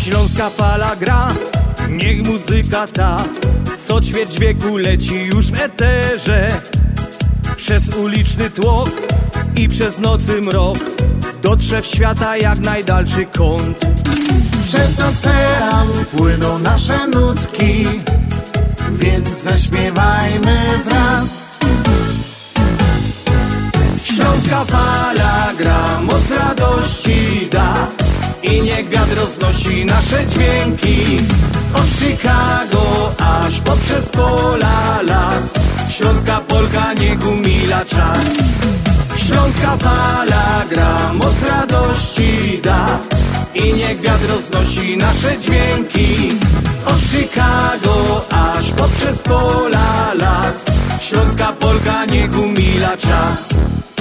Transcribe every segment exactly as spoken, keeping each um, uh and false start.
Śląska fala gra, niech muzyka ta co ćwierć wieku leci już w eterze. Przez uliczny tłok i przez nocy mrok dotrze w świata jak najdalszy kąt. Przez ocean płyną nasze nutki, więc zaśpiewajmy wraz. Śląska fala gra, moc radości da i niech wiatr roznosi nasze dźwięki. Od Chicago aż poprzez pola, las, śląska polka niech umila czas. Śląska fala gra, moc radości da i niech wiatr roznosi nasze dźwięki. Od Chicago aż poprzez pola, las, śląska polka niech umila czas.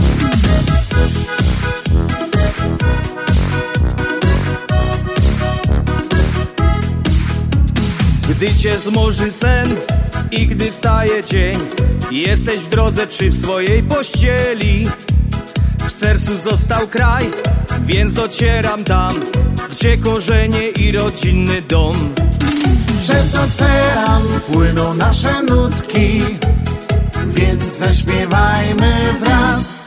Gdy cię zmoży sen i gdy wstaje dzień, jesteś w drodze czy w swojej pościeli. W sercu został kraj, więc docieram tam, gdzie korzenie i rodzinny dom. Przez ocean płyną nasze nutki, więc zaśpiewajmy wraz.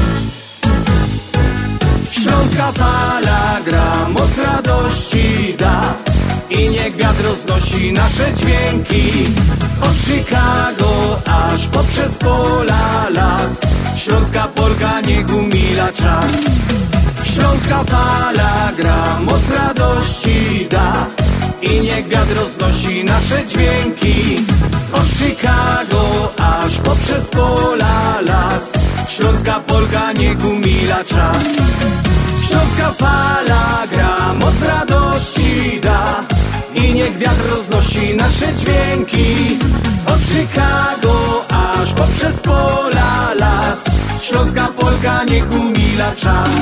Śląska fala gra, moc radości da i niech wiatr roznosi nasze dźwięki. Od Chicago aż poprzez pola, las, śląska polka niech umila czas. Śląska fala gra, moc radości da i niech wiatr roznosi nasze dźwięki. Od Chicago aż poprzez pola, las, śląska polka niech umila czas. Śląska fala gra, moc radości da i niech wiatr roznosi nasze dźwięki. Od Chicago aż poprzez pola, las, śląska polka niech umila czas.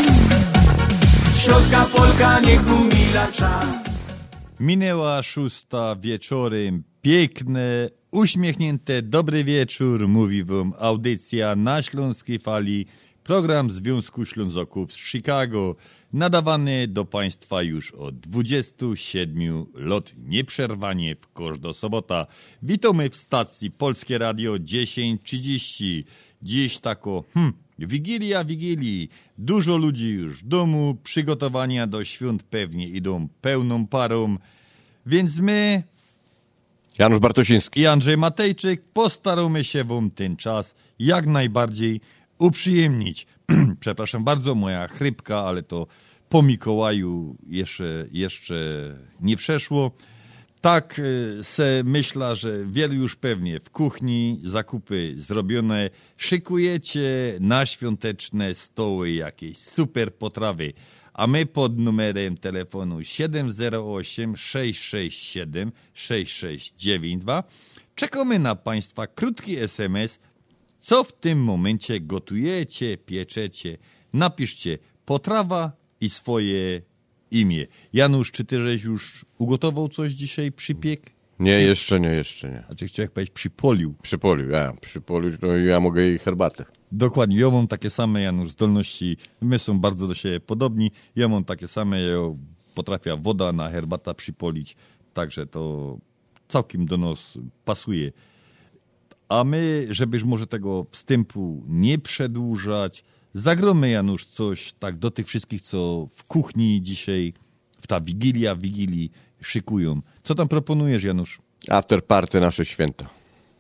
Śląska polka niech umila czas. Minęła szósta wieczorem. Piękne, uśmiechnięte, dobry wieczór. Mówi wam audycja na Śląskiej Fali. Program Związku Ślązoków z Chicago. Nadawany do Państwa już od dwudziestu siedmiu lat. Nieprzerwanie w każdą sobotę. Witamy w stacji Polskie Radio dziesięć trzydzieści. Dziś tako, hm, Wigilia, Wigilii. Dużo ludzi już w domu. Przygotowania do świąt pewnie idą pełną parą. Więc my, Janusz Bartosiński i Andrzej Matejczyk, postaramy się wam ten czas jak najbardziej uprzyjemnić. Przepraszam bardzo, moja chrypka, ale to po Mikołaju jeszcze, jeszcze nie przeszło. Tak se myślę, że wielu już pewnie w kuchni zakupy zrobione. Szykujecie na świąteczne stoły jakieś super potrawy. A my pod numerem telefonu siedem zero osiem sześć sześć siedem sześć sześć dziewięć dwa czekamy na Państwa krótki es em es. Co w tym momencie gotujecie, pieczecie? Napiszcie potrawa i swoje imię. Janusz, czy ty żeś już ugotował coś dzisiaj, przypiek? Nie, jeszcze nie, jeszcze nie. A czy chciałeś powiedzieć przypolił? Przypolił, ja, przypolił, no ja mogę i herbatę. Dokładnie, ja mam takie same, Janusz, zdolności, my są bardzo do siebie podobni, ja mam takie same, ja potrafię woda na herbata przypolić, także to całkiem do nas pasuje. A my, żebyś może tego wstępu nie przedłużać, zagromy, Janusz, coś tak do tych wszystkich, co w kuchni dzisiaj, w ta Wigilia, Wigilii szykują. Co tam proponujesz, Janusz? After party, nasze święta.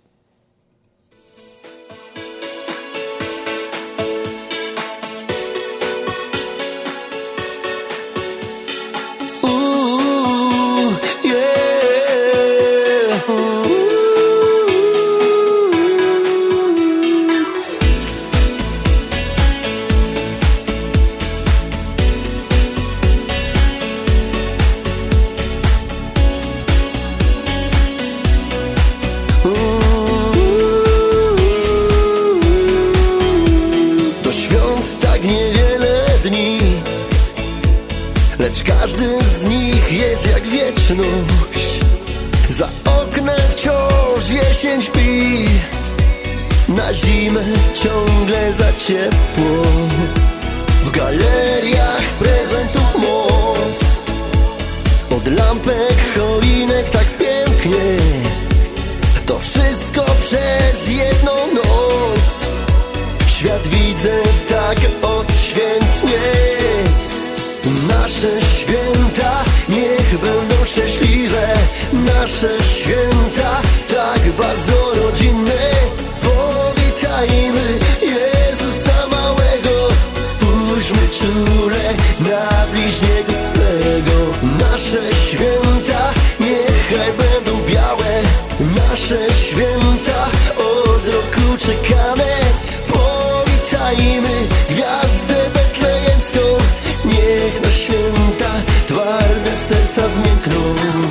Każdy z nich jest jak wieczność. Za oknem wciąż jesień śpi. Na zimę ciągle za ciepło. W galeriach prezentów moc. Od Od lampek, choinek tak pięknie, to wszystko przez jedną noc. Świat widzę tak odświętnie. Nasze święta niech będą szczęśliwe. Nasze święta tak bardzo rodzinne. Powitajmy Jezusa małego. Spójrzmy czule na bliźniego swego. Nasze święta niechaj będą białe. Nasze święta od roku czekane. Powitajmy gwiazdę betlejemską. Niech na święta twarde serca zmiękną.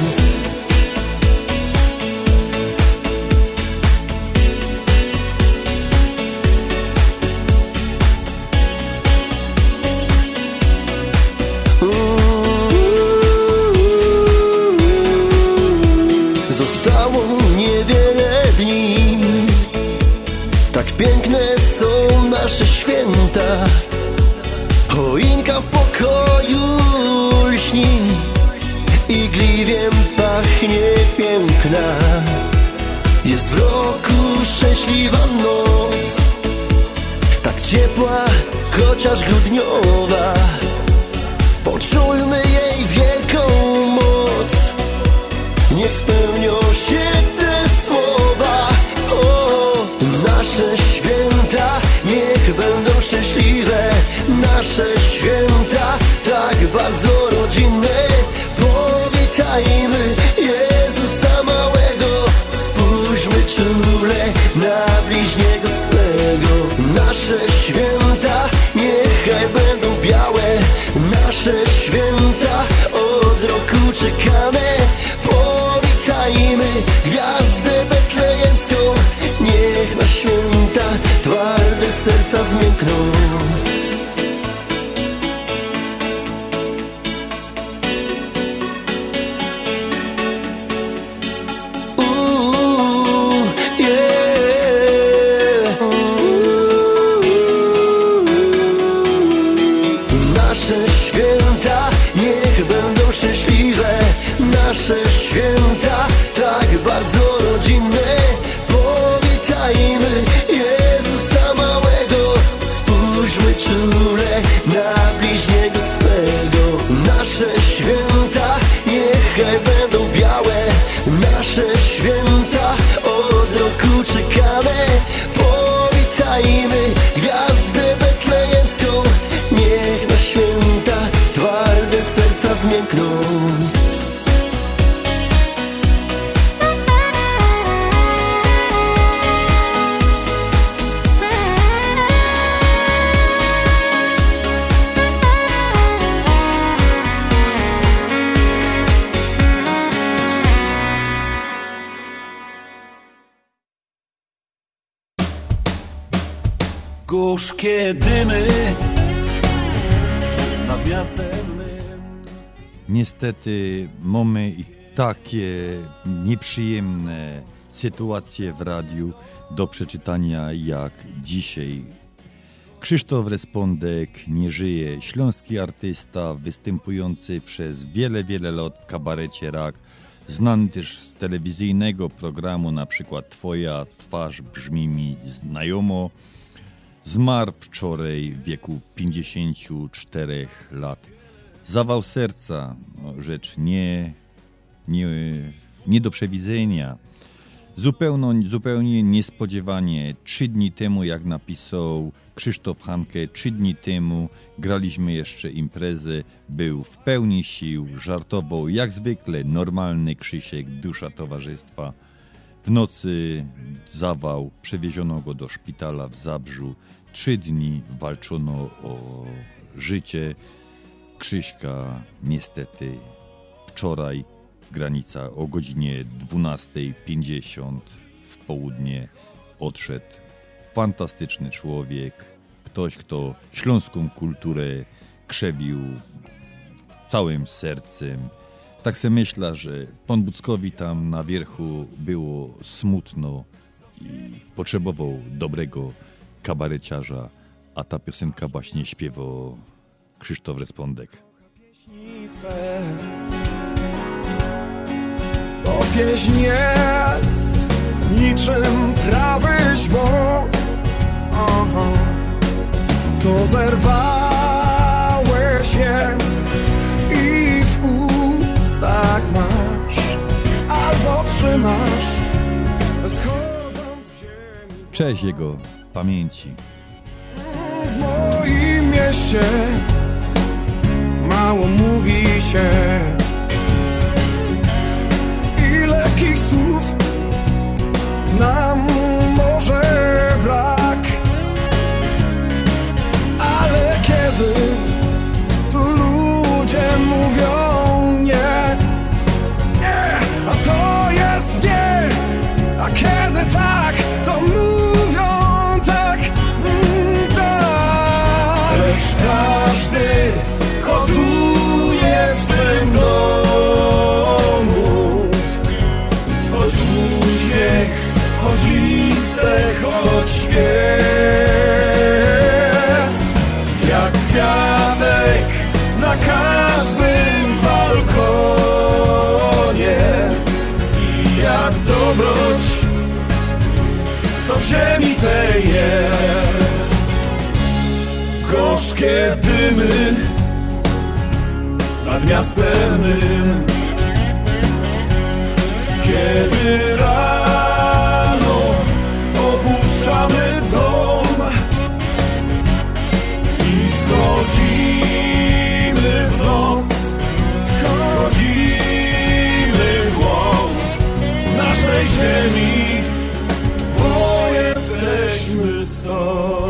Zostało niewiele dni. Tak piękne są nasze święta. Choinka w pokoju lśni, igliwiem pachnie piękna. Jest w roku szczęśliwa noc, tak ciepła, chociaż grudniowa. Poczujmy jej wielką moc. Niech spełnią się te słowa. O, nasze święta niech będą szczęśliwe. Nasze święta tak bardzo rodzinne. Powitajmy Jezusa małego. Spójrzmy czule na bliźniego swego. Nasze święta niechaj będą białe. Nasze święta od roku czekane. Powitajmy gwiazdę betlejemską. Niech na święta twarde serca zmiękną. Nasze święta tak bardzo rodzinne. Powitajmy Jezusa małego. Spójrzmy czule na bliźniego swego. Nasze święta niechaj będą białe. Nasze święta od roku czekane. Powitajmy gwiazdę betlejemską. Niech na święta twarde serca zmiękną. Gorzkie dymy nad miastem mym. Niestety mamy i takie nieprzyjemne sytuacje w radiu do przeczytania jak dzisiaj. Krzysztof Respondek nie żyje. Śląski artysta występujący przez wiele, wiele lat w kabarecie Rak, znany też z telewizyjnego programu, na przykład Twoja twarz brzmi mi znajomo. Zmarł wczoraj w wieku pięćdziesięciu czterech lat. Zawał serca, no, rzecz nie, nie, nie do przewidzenia. Zupełnie, zupełnie niespodziewanie. Trzy dni temu, jak napisał Krzysztof Hanke, trzy dni temu graliśmy jeszcze imprezę. Był w pełni sił, żartował jak zwykle, normalny Krzysiek, dusza towarzystwa. W nocy zawał, przewieziono go do szpitala w Zabrzu. Trzy dni walczono o życie Krzyśka. Niestety wczoraj w granicach o godzinie dwunasta pięćdziesiąt w południe odszedł. Fantastyczny człowiek, ktoś, kto śląską kulturę krzewił całym sercem. Tak sobie myślę, że pan Buckowi tam na wierchu było smutno i potrzebował dobrego kabareciarza, a ta piosenka właśnie śpiewał Krzysztof Respondek. Pieśni swe pieśń jest niczym trawy śbok, co zerwałeś je i w ustach masz, albo trzymasz, schodząc w ziemi. Cześć jego pamięci. W moim mieście mało mówi się i lekkich słów nam może brak, ale kiedy tu ludzie mówią nie, nie, a to jest nie, a kiedy tak, to mówią tak, mm, tak. Lecz każdy hoduje w swym domu, choć uśmiech, choć listek, choć śpiew, jak kwiatek na każdym balkonie i jak dobroć, co w ziemi tej jest. Gorzkie dymy nad miastem mym, kiedy rano opuszczamy dom i schodzimy w noc, schodzimy w głąb naszej ziemi, bo jesteśmy są.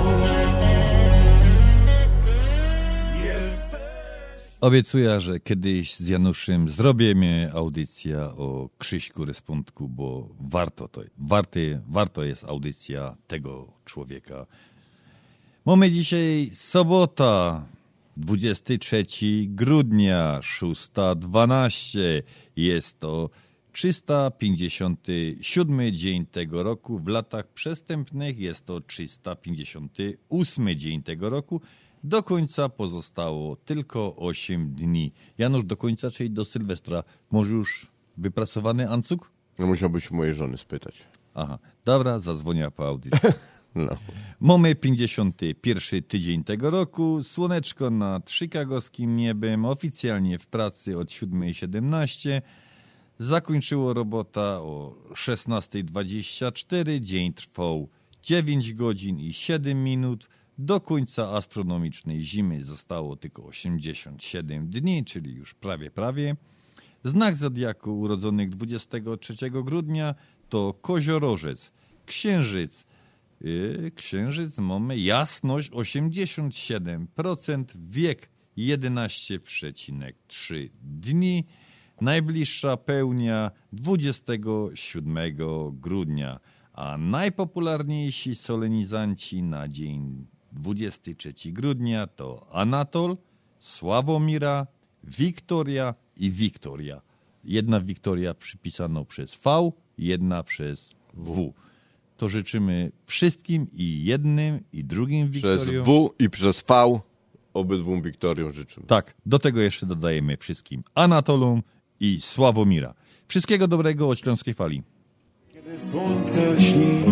Obiecuję, że kiedyś z Januszem zrobimy audycję o Krzyśku Respondku, bo warto to, warty, warto jest audycja tego człowieka. Mamy dzisiaj sobota, dwudziestego trzeciego grudnia, szósta dwanaście. Jest to trzysta pięćdziesiąty siódmy dzień tego roku. W latach przestępnych jest to trzysta pięćdziesiąty ósmy dzień tego roku. Do końca pozostało tylko osiem dni. Janusz, do końca, czyli do Sylwestra, może już wypracowany ancuk? No musiałbyś mojej żony spytać. Aha, dobra, zadzwonię po audycji. No. Mamy pięćdziesiąty pierwszy tydzień tego roku, słoneczko nad chicagowskim niebem, oficjalnie w pracy od siódmej siedemnaście. Zakończyło robota o szesnastej dwadzieścia cztery, dzień trwał dziewięć godzin i siedem minut. Do końca astronomicznej zimy zostało tylko osiemdziesiąt siedem dni, czyli już prawie, prawie. Znak zodiaku urodzonych dwudziestego trzeciego grudnia to koziorożec. Księżyc. Yy, księżyc mamy jasność osiemdziesiąt siedem procent, wiek jedenaście przecinek trzy dni. Najbliższa pełnia dwudziestego siódmego grudnia, a najpopularniejsi solenizanci na dzień dwudziestego trzeciego grudnia to Anatol, Sławomira, Wiktoria i Wiktoria. Jedna Wiktoria przypisana przez V, jedna przez W. To życzymy wszystkim i jednym i drugim Wiktoriom. Przez W i przez V obydwu Wiktoriom życzymy. Tak, do tego jeszcze dodajemy wszystkim Anatolom i Sławomira. Wszystkiego dobrego od Śląskiej Fali. Kiedy słońce lśni,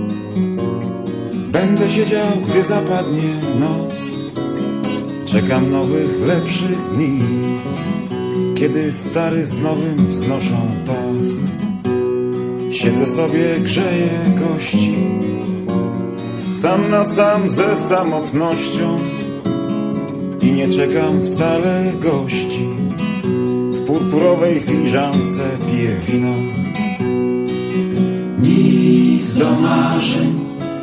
będę siedział, gdy zapadnie noc. Czekam nowych, lepszych dni, kiedy stary z nowym wznoszą toast. Siedzę sobie, grzeję kości, sam na sam ze samotnością i nie czekam wcale gości. W purpurowej filiżance piję wino. Nic do marzeń,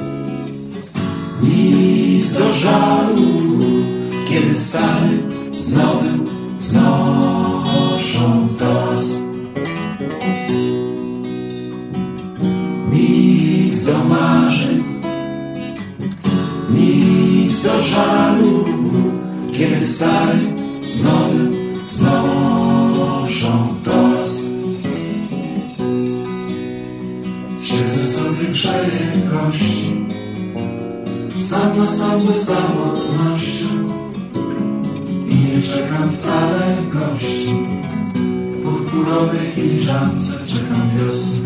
nic do żalu, kiedy stary z nowym znoszą toast. Nic do marzeń, nic do żalu, kiedy stary z nowym znoszą toast. Siedzę sobie, grzeję kości, sam na sam ze samotnością i nie czekam wcale gości. W purpurowej filiżance czekam wiosny.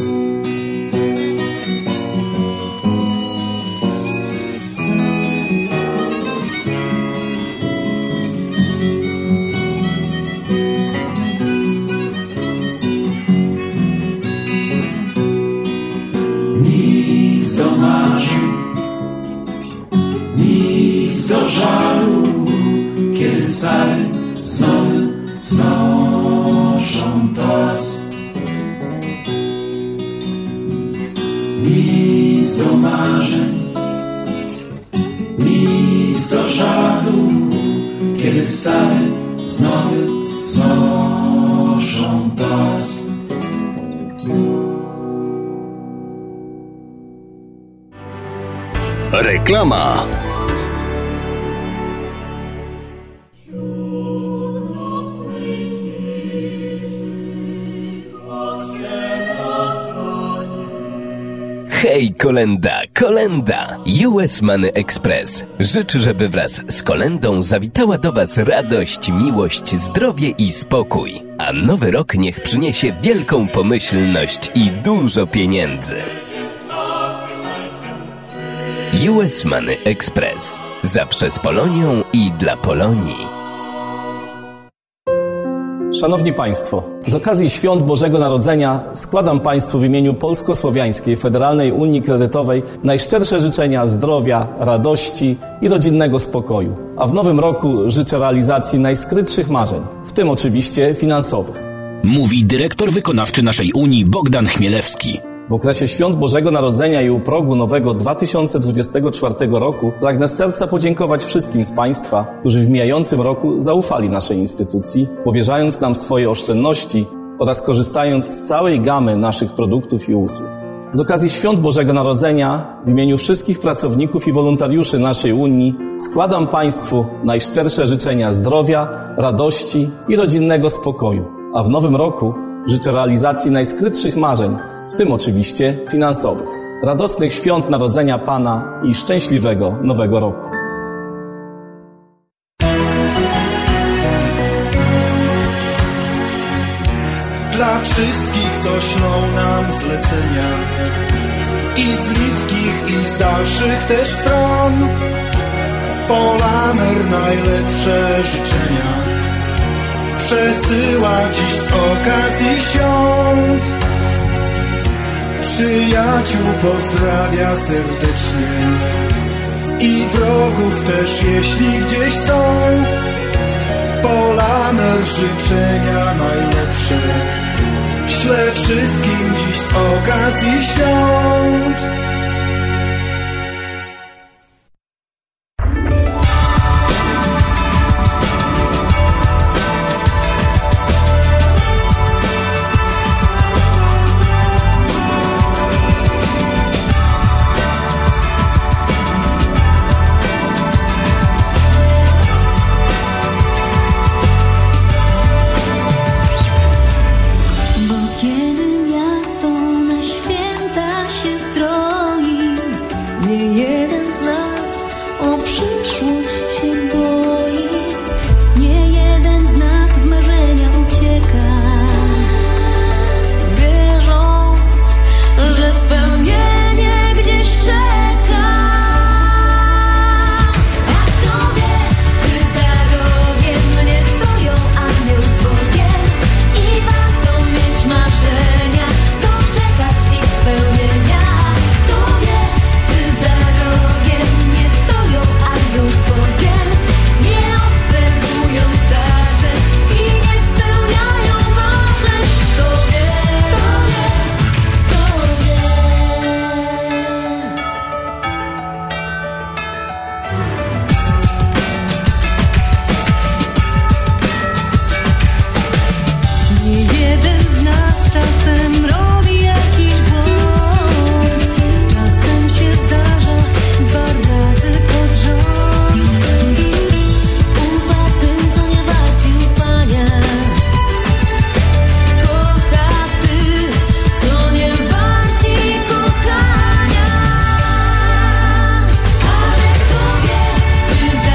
Nic do marzeń, nic do żalu, kiedy stary z nowym wznoszą toast. Nic do marzeń, nic do żalu, kiedy stary z nowym wznoszą toast. Reklama. Hej, kolenda, kolenda! U S Money Express życzy, żeby wraz z kolendą zawitała do Was radość, miłość, zdrowie i spokój. A nowy rok niech przyniesie wielką pomyślność i dużo pieniędzy. U S Money Express. Zawsze z Polonią i dla Polonii. Szanowni Państwo, z okazji Świąt Bożego Narodzenia składam Państwu w imieniu Polsko-Słowiańskiej Federalnej Unii Kredytowej najszczersze życzenia zdrowia, radości i rodzinnego spokoju. A w nowym roku życzę realizacji najskrytszych marzeń, w tym oczywiście finansowych. Mówi dyrektor wykonawczy naszej Unii Bogdan Chmielewski. W okresie Świąt Bożego Narodzenia i u progu nowego dwa tysiące dwudziestego czwartego roku pragnę z serca podziękować wszystkim z Państwa, którzy w mijającym roku zaufali naszej instytucji, powierzając nam swoje oszczędności oraz korzystając z całej gamy naszych produktów i usług. Z okazji Świąt Bożego Narodzenia w imieniu wszystkich pracowników i wolontariuszy naszej Unii składam Państwu najszczersze życzenia zdrowia, radości i rodzinnego spokoju, a w nowym roku życzę realizacji najskrytszych marzeń, w tym oczywiście finansowych. Radosnych Świąt Narodzenia Pana i szczęśliwego Nowego Roku. Dla wszystkich, co ślą nam zlecenia, i z bliskich, i z dalszych też stron, Polamer najlepsze życzenia przesyła dziś z okazji świąt. Przyjaciół pozdrawia serdecznie i wrogów też, jeśli gdzieś są. Polamer życzenia najlepsze ślę wszystkim dziś z okazji świąt.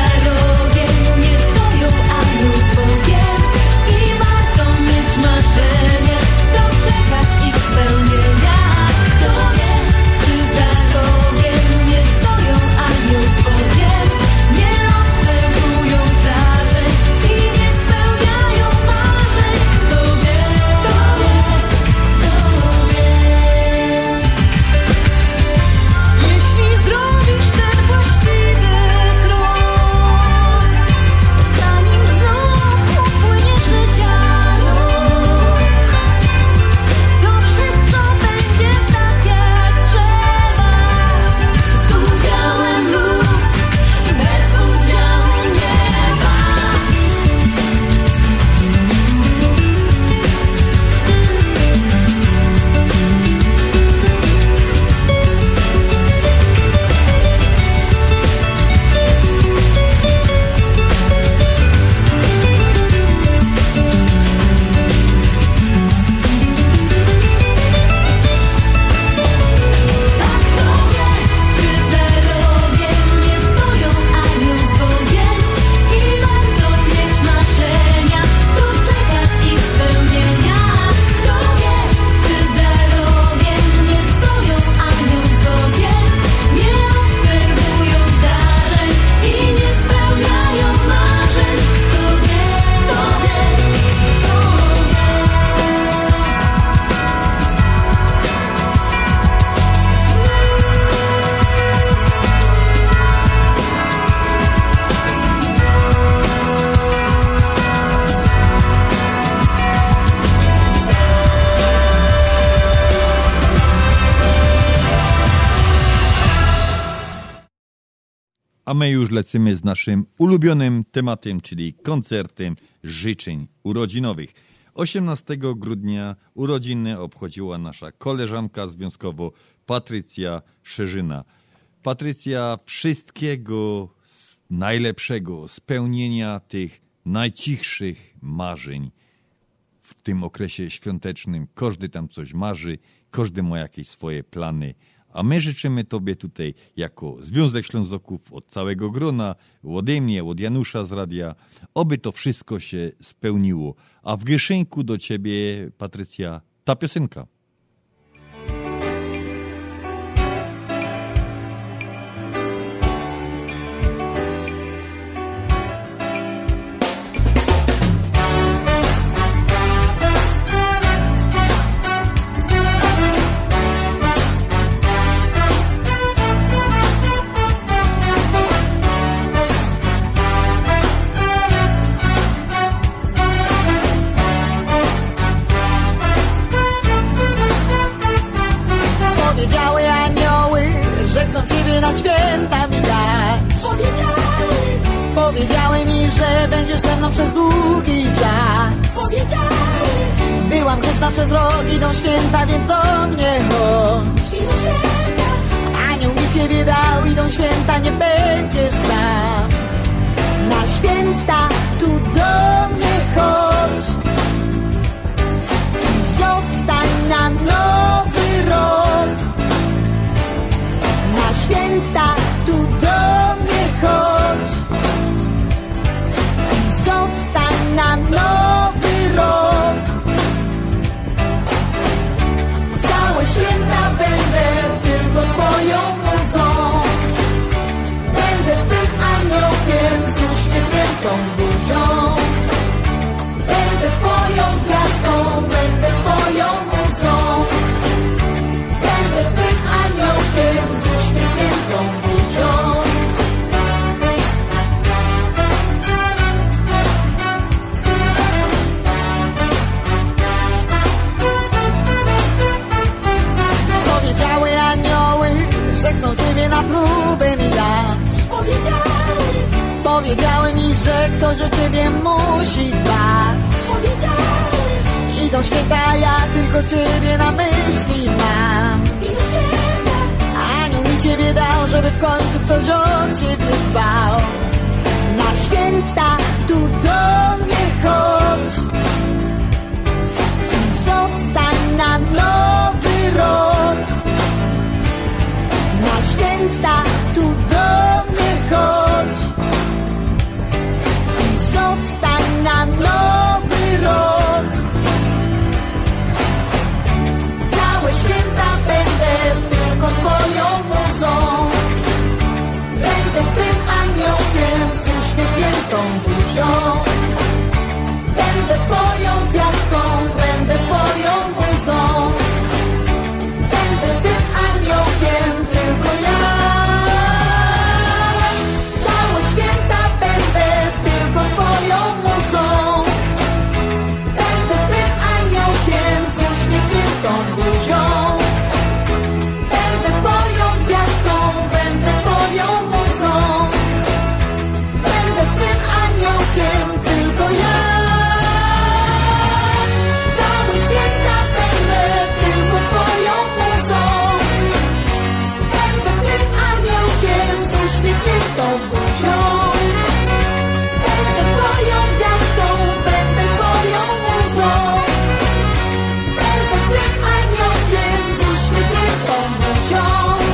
Marzenia A my już lecimy z naszym ulubionym tematem, czyli koncertem życzeń urodzinowych. osiemnastego grudnia urodziny obchodziła nasza koleżanka związkowo Patrycja Szerzyna. Patrycja, wszystkiego najlepszego, spełnienia tych najcichszych marzeń w tym okresie świątecznym. Każdy tam coś marzy, każdy ma jakieś swoje plany. A my życzymy Tobie tutaj jako Związek Ślązoków od całego grona, ode mnie, od Janusza z radia, oby to wszystko się spełniło. A w kieszonku do Ciebie, Patrycja, ta piosenka. Na święta mi dać. Powiedziały, powiedziały mi, że będziesz ze mną przez długi czas. Powiedziały, byłam grzeczna przez rok, idą święta, więc do mnie chodź. Idą święta, anioł mi ciebie dał, idą święta, nie będziesz sam. Na święta tu do mnie chodź i zostań na nowy rok. Na święta tu do mnie chodź i zostań na nowy rok. Całe święta będę tylko twoją mocą. Będę twym aniołem z uśmiechniętą buzią. Będę twoją gwiazdą, będę twoją mocą. Będę twym aniołem z uśmiechniętą buzią. Powiedziały anioły, że chcą ciebie na próbę mi dać. Powiedziały, powiedziały mi, że ktoś o ciebie musi dbać. Powiedziały, idą święta, ja tylko ciebie na myśli mam. Anioł mi ciebie dał, żeby w końcu ktoś o ciebie dbał. Na święta tu do mnie chodź i zostań na nowy rok. Na święta tu do mnie chodź i zostań na nowy rok. Całe święta będę tylko twoją muzą. Będę twym aniołem z uśmiechniętą buzią. Będę twoją gwiazdką, będę twoją muzą. Będę twym aniołem tylko ja. Całe święta będę tylko twoją muzą. Będę twym aniołem z uśmiechniętą buzią. Będę twoją gwiazdką, będę twoją muzą. Będę twym aniołem tylko ja. Całe święta będę tylko twoją muzą. Będę twym aniołem z uśmiechniętą buzią. Będę twoją gwiazdką, będę twoją muzą. Będę twym aniołem z uśmiechniętą buzią.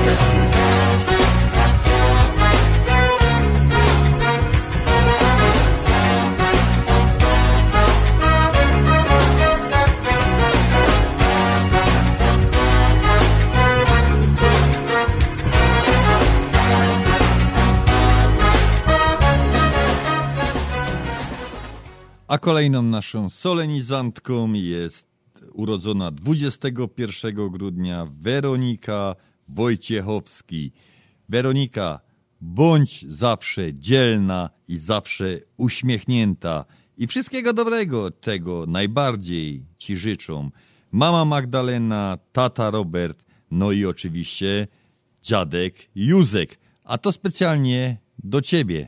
A kolejną naszą solenizantką jest urodzona dwudziestego pierwszego grudnia Weronika Wojciechowski. Weronika, bądź zawsze dzielna i zawsze uśmiechnięta i wszystkiego dobrego, czego najbardziej Ci życzą mama Magdalena, tata Robert, no i oczywiście dziadek Józek. A to specjalnie do ciebie.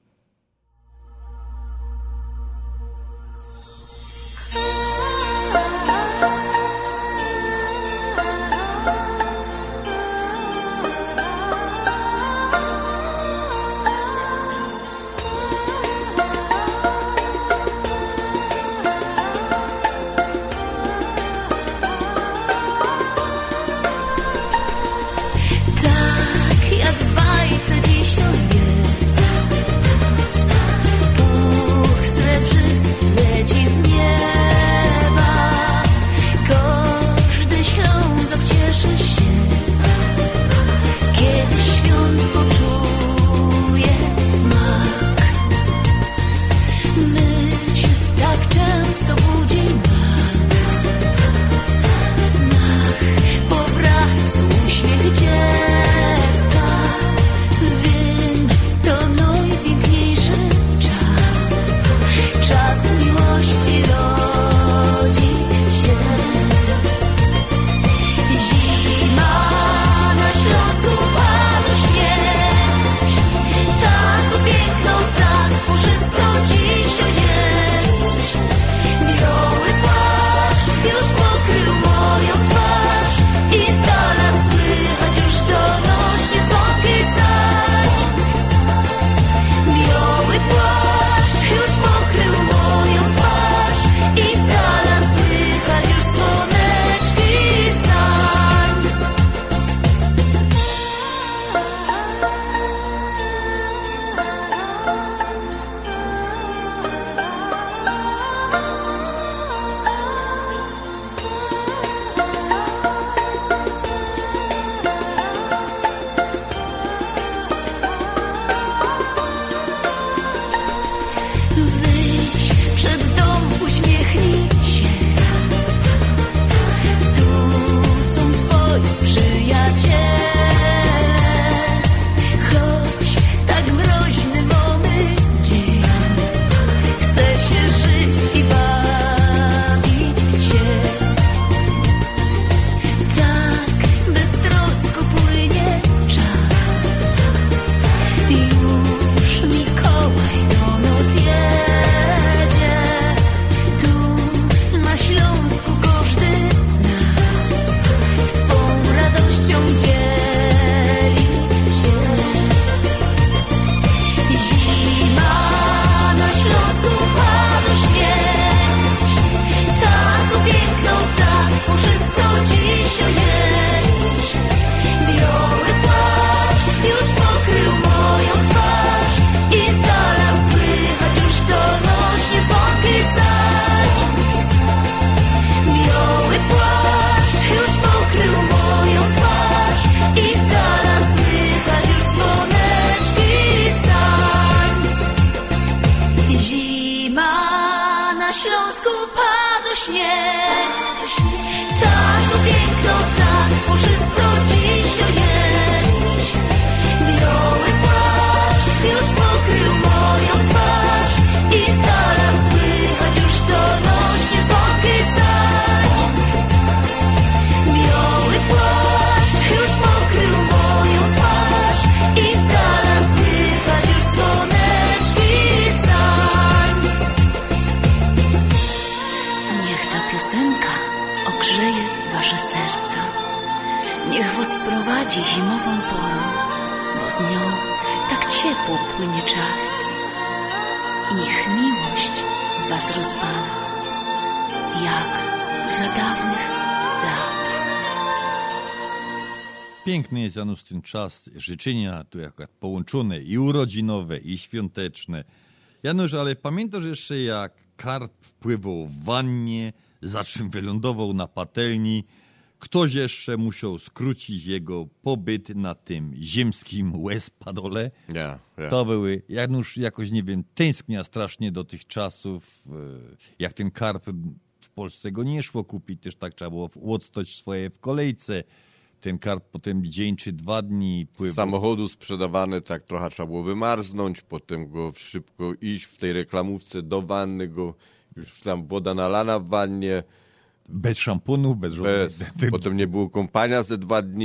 Piękny jest, Janusz, ten czas, życzenia tu jak połączone i urodzinowe, i świąteczne. Janusz, ale pamiętasz jeszcze, jak karp wpływał w wannie, za czym wylądował na patelni? Ktoś jeszcze musiał skrócić jego pobyt na tym ziemskim łez-padole? Yeah, yeah. To były, Janusz, jakoś, nie wiem, tęsknia strasznie do tych czasów, jak ten karp w Polsce go nie szło kupić, też tak trzeba było odstać swoje w kolejce. Ten karp potem dzień czy dwa dni pływał. Z samochodu sprzedawany, tak trochę trzeba było wymarznąć, potem go szybko iść w tej reklamówce do wanny, go już tam woda nalana w wannie. Bez szamponu, bez żadnych. Potem nie było kąpania ze dwa dni.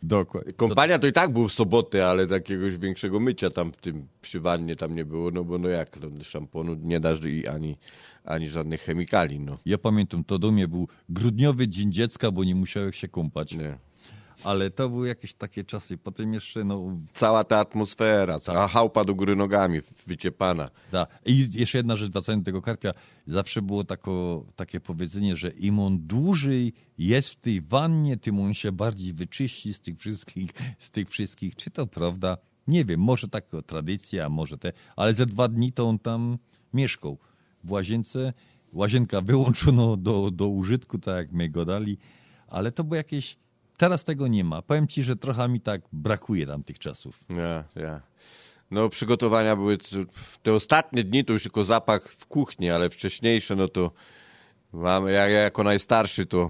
Dokładnie. Kompania to i tak był w sobotę, ale takiegoś większego mycia tam w tym przy wannie tam nie było, no bo no jak, no, szamponu nie dasz i ani, ani żadnych chemikali, no. Ja pamiętam, to do mnie był grudniowy dzień dziecka, bo nie musiałeś się kąpać. Nie. Ale to były jakieś takie czasy. Potem jeszcze, no... Cała ta atmosfera, cała chałupa do góry nogami, wyciepana. Tak. I jeszcze jedna rzecz, wracając do tego karpia. Zawsze było tako, takie powiedzenie, że im on dłużej jest w tej wannie, tym on się bardziej wyczyści z tych wszystkich, z tych wszystkich. Czy to prawda? Nie wiem, może taka tradycja, może te... Ale ze dwa dni to on tam mieszkał w łazience. Łazienka wyłączono do, do użytku, tak jak my go dali. Ale to było jakieś... Teraz tego nie ma. Powiem ci, że trochę mi tak brakuje tam tych czasów. Ja, ja. No przygotowania były, te ostatnie dni to już tylko zapach w kuchni, ale wcześniejsze no to mamy, ja, ja jako najstarszy to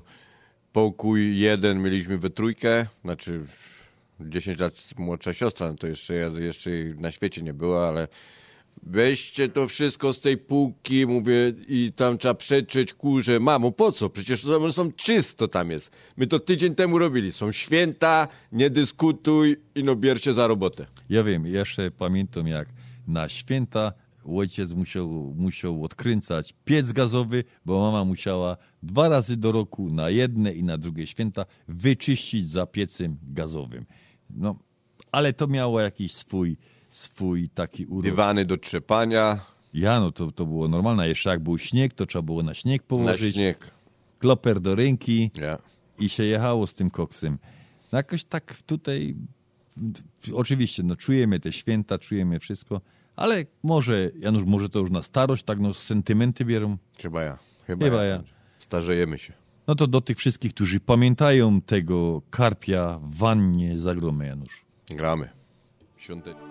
pokój jeden mieliśmy we trójkę, znaczy dziesięć lat młodsza siostra, no to jeszcze, jeszcze na świecie nie była, ale weźcie to wszystko z tej półki, mówię, i tam trzeba przetrzeć kurze. Mamo, po co? Przecież to są czysto tam jest. My to tydzień temu robili. Są święta, nie dyskutuj i no bierz się za robotę. Ja wiem, jeszcze pamiętam jak na święta ojciec musiał, musiał odkręcać piec gazowy, bo mama musiała dwa razy do roku na jedne i na drugie święta wyczyścić za piecem gazowym. No, ale to miało jakiś swój swój taki urok. Dywany do trzepania. Ja, no to, to było normalne. Jeszcze jak był śnieg, to trzeba było na śnieg położyć. Na śnieg. Kloper do ręki ja. I się jechało z tym koksem. No jakoś tak tutaj oczywiście, no czujemy te święta, czujemy wszystko, ale może, Janusz, może to już na starość, tak no sentymenty bierą? Chyba ja. Chyba, Chyba ja. ja. Starzejemy się. No to do tych wszystkich, którzy pamiętają tego karpia w wannie, zagromy, Janusz. Gramy. Świątecznie.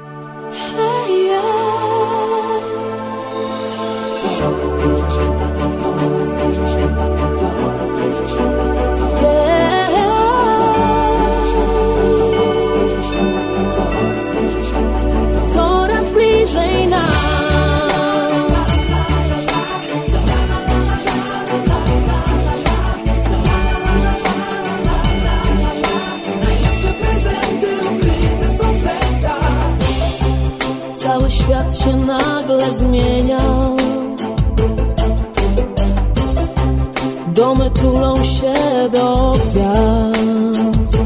Hey, yeah. Coraz bliżej święta, coraz bliżej święta, coraz bliżej święta, coraz bliżej święta, coraz bliżej nas. Najlepsze prezenty ukryte są w sercach. Cały świat się nagle zmienia. Domy tulą się do gwiazd.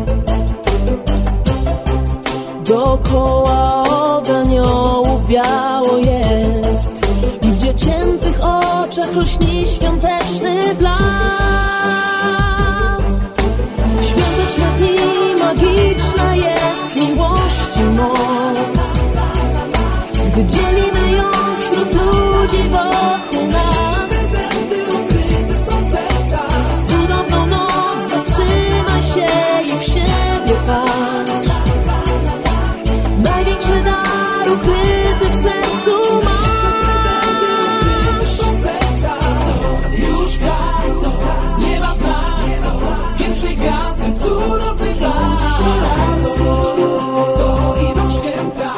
Dookoła od aniołów biało jest i w dziecięcych oczach lśni świąteczny blask. Świąteczne dni, magiczna jest miłości moc, gdy dzielimy ją wśród ludzi wokół nas. W cudowną noc zatrzymaj się i w siebie patrz. Największy dar ukryty w sercu masz. Już czas, z nieba znak pierwszej gwiazdy, cudowny blask. To idą święta,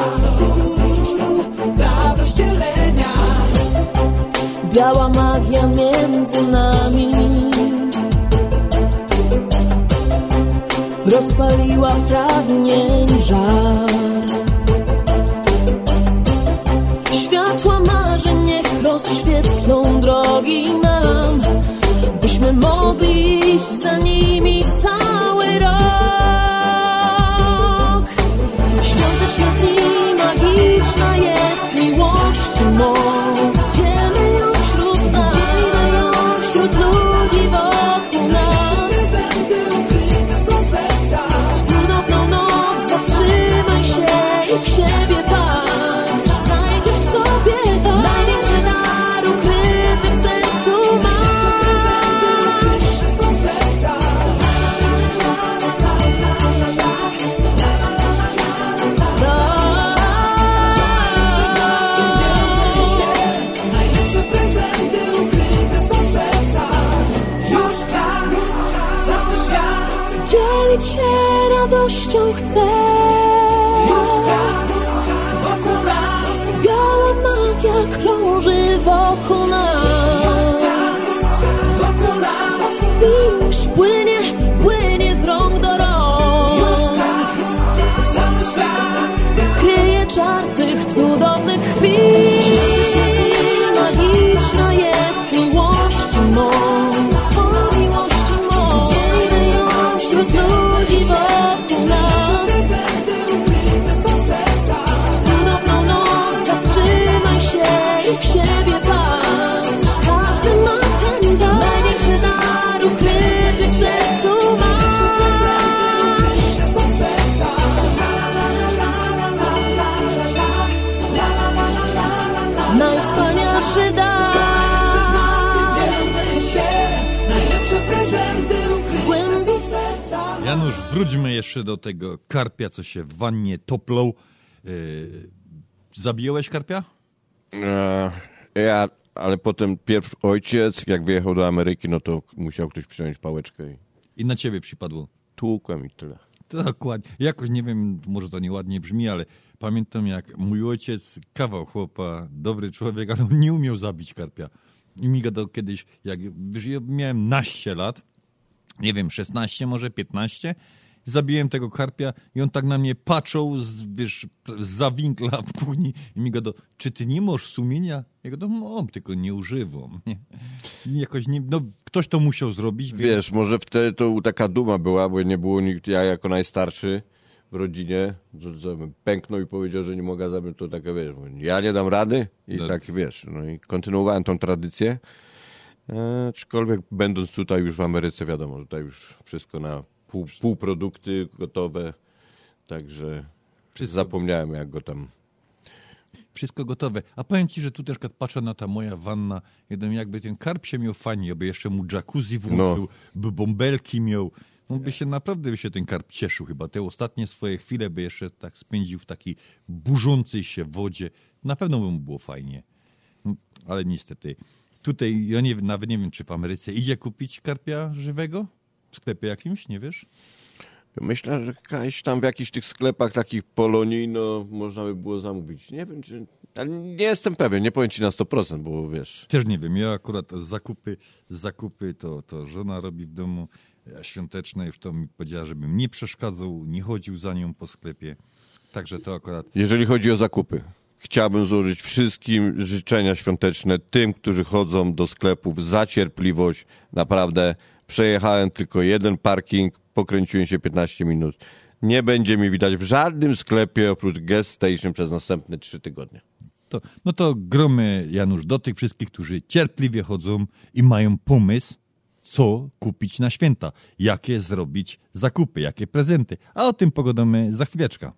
radość dzielenia. Biała magia między nami rozpaliła pragnień żar. Światła marzeń niech rozświetlą drogi nam, byśmy mogli iść za nimi cały rok. Świąteczne dni, magiczna jest miłości moc. Dzielmy ją wśród nas, dzielmy ją wśród ludzi wokół nas. W cudowną noc zatrzymaj się i w siebie patrz. Znajdziesz w sobie dar, największy dar ukryty w sercu masz. Najlepsze prezenty ukryte są w sercach. Już czas, cały świat dzielić się radością chce. Już czas, wokół nas biała magia krąży wokół nas. Już czas, wokół nas miłość płynie, płynie z rąk do rąk. Już Janusz, wróćmy jeszcze do tego karpia, co się w wannie toplą. Yy, zabijałeś karpia? E, ja, ale potem pierw ojciec, jak wyjechał do Ameryki, no to musiał ktoś przyjąć pałeczkę. I, I na ciebie przypadło? Tłukłem i tyle. Dokładnie. Jakoś, nie wiem, może to nieładnie brzmi, ale pamiętam, jak mój ojciec, kawał chłopa, dobry człowiek, ale on nie umiał zabić karpia. I mi gadał kiedyś, jak ja miałem naście lat, nie wiem, szesnaście, może piętnaście, zabiłem tego karpia i on tak na mnie patrzył z, wiesz, za winkla w kuchni i mi gadał, czy ty nie masz sumienia? Ja gadam, no, tylko nie używam. Nie? Jakoś nie, no, ktoś to musiał zrobić. Wiesz, więc... może wtedy to taka duma była, bo nie było nikt, ja jako najstarszy w rodzinie, to, to pęknął i powiedział, że nie mogę zabrać, to takie, wiesz, ja nie dam rady i no. tak, wiesz, no i kontynuowałem tą tradycję. E, aczkolwiek będąc tutaj już w Ameryce, wiadomo, tutaj już wszystko na pół, półprodukty gotowe, także wszystko... zapomniałem, jak go tam... Wszystko gotowe. A powiem ci, że tu też jak patrzę na ta moja wanna, jeden jakby ten karp się miał fajnie, by jeszcze mu jacuzzi włączył, no. by bąbelki miał. No by się naprawdę by się ten karp cieszył chyba. Te ostatnie swoje chwile by jeszcze tak spędził w takiej burzącej się wodzie. Na pewno by mu było fajnie. Ale niestety... Tutaj, ja nie, nawet nie wiem, czy w Ameryce idzie kupić karpia żywego? W sklepie jakimś, nie wiesz? Myślę, że jakaś tam w jakichś tych sklepach takich polonijno można by było zamówić. Nie wiem, czy... Ale nie jestem pewien, nie powiem ci na sto procent, bo wiesz... Też nie wiem, ja akurat zakupy, zakupy to, to żona robi w domu, ja świąteczne już to mi powiedziała, żebym nie przeszkadzał, nie chodził za nią po sklepie. Także to akurat... Jeżeli chodzi o zakupy, chciałbym złożyć wszystkim życzenia świąteczne, tym, którzy chodzą do sklepów, za cierpliwość. Naprawdę przejechałem tylko jeden parking, pokręciłem się piętnaście minut. Nie będzie mi widać w żadnym sklepie oprócz Gas Station przez następne trzy tygodnie. To, no to gromy, Janusz, do tych wszystkich, którzy cierpliwie chodzą i mają pomysł, co kupić na święta, jakie zrobić zakupy, jakie prezenty. A o tym pogadamy za chwileczkę.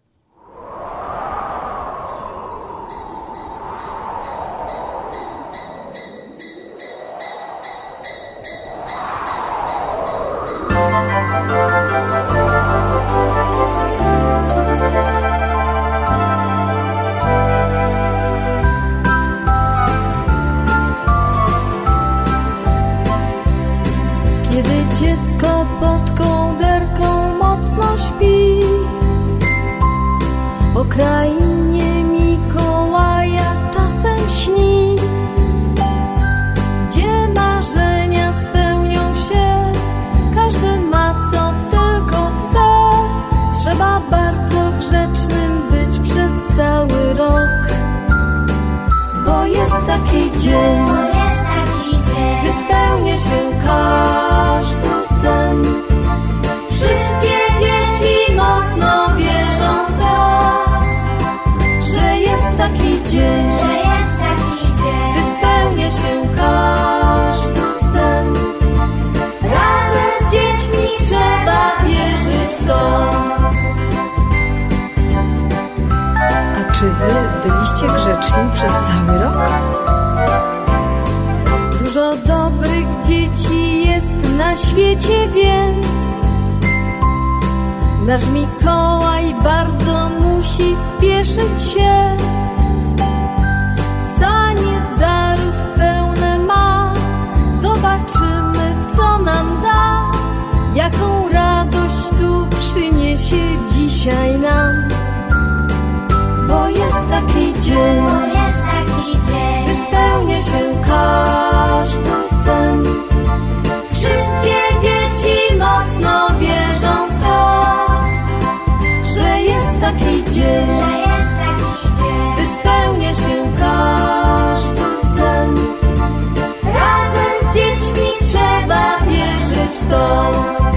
O krainie Mikołaja czasem śni, gdzie marzenia spełnią się, każdy ma co tylko chce. Trzeba bardzo grzecznym być przez cały rok, bo jest taki dzień, gdy spełnia się każdy sen. Wszystkie dzieci mocno wierzą w to, taki dzień, że jest taki dzień, gdy spełnia się każdy sen. Razem z dziećmi trzeba wierzyć w to. A czy wy byliście grzeczni przez cały rok? Dużo dobrych dzieci jest na świecie, więc nasz Mikołaj bardzo musi spieszyć się. Sanie darów pełne ma, zobaczymy, co nam da, jaką radość tu przyniesie dzisiaj nam. Bo jest taki dzień, gdy spełnia się każdy sen. Wszystkie dzieci mocno wierzą w to, że jest taki dzień, gdy spełnia się każdy sen. Razem z dziećmi trzeba wierzyć w to.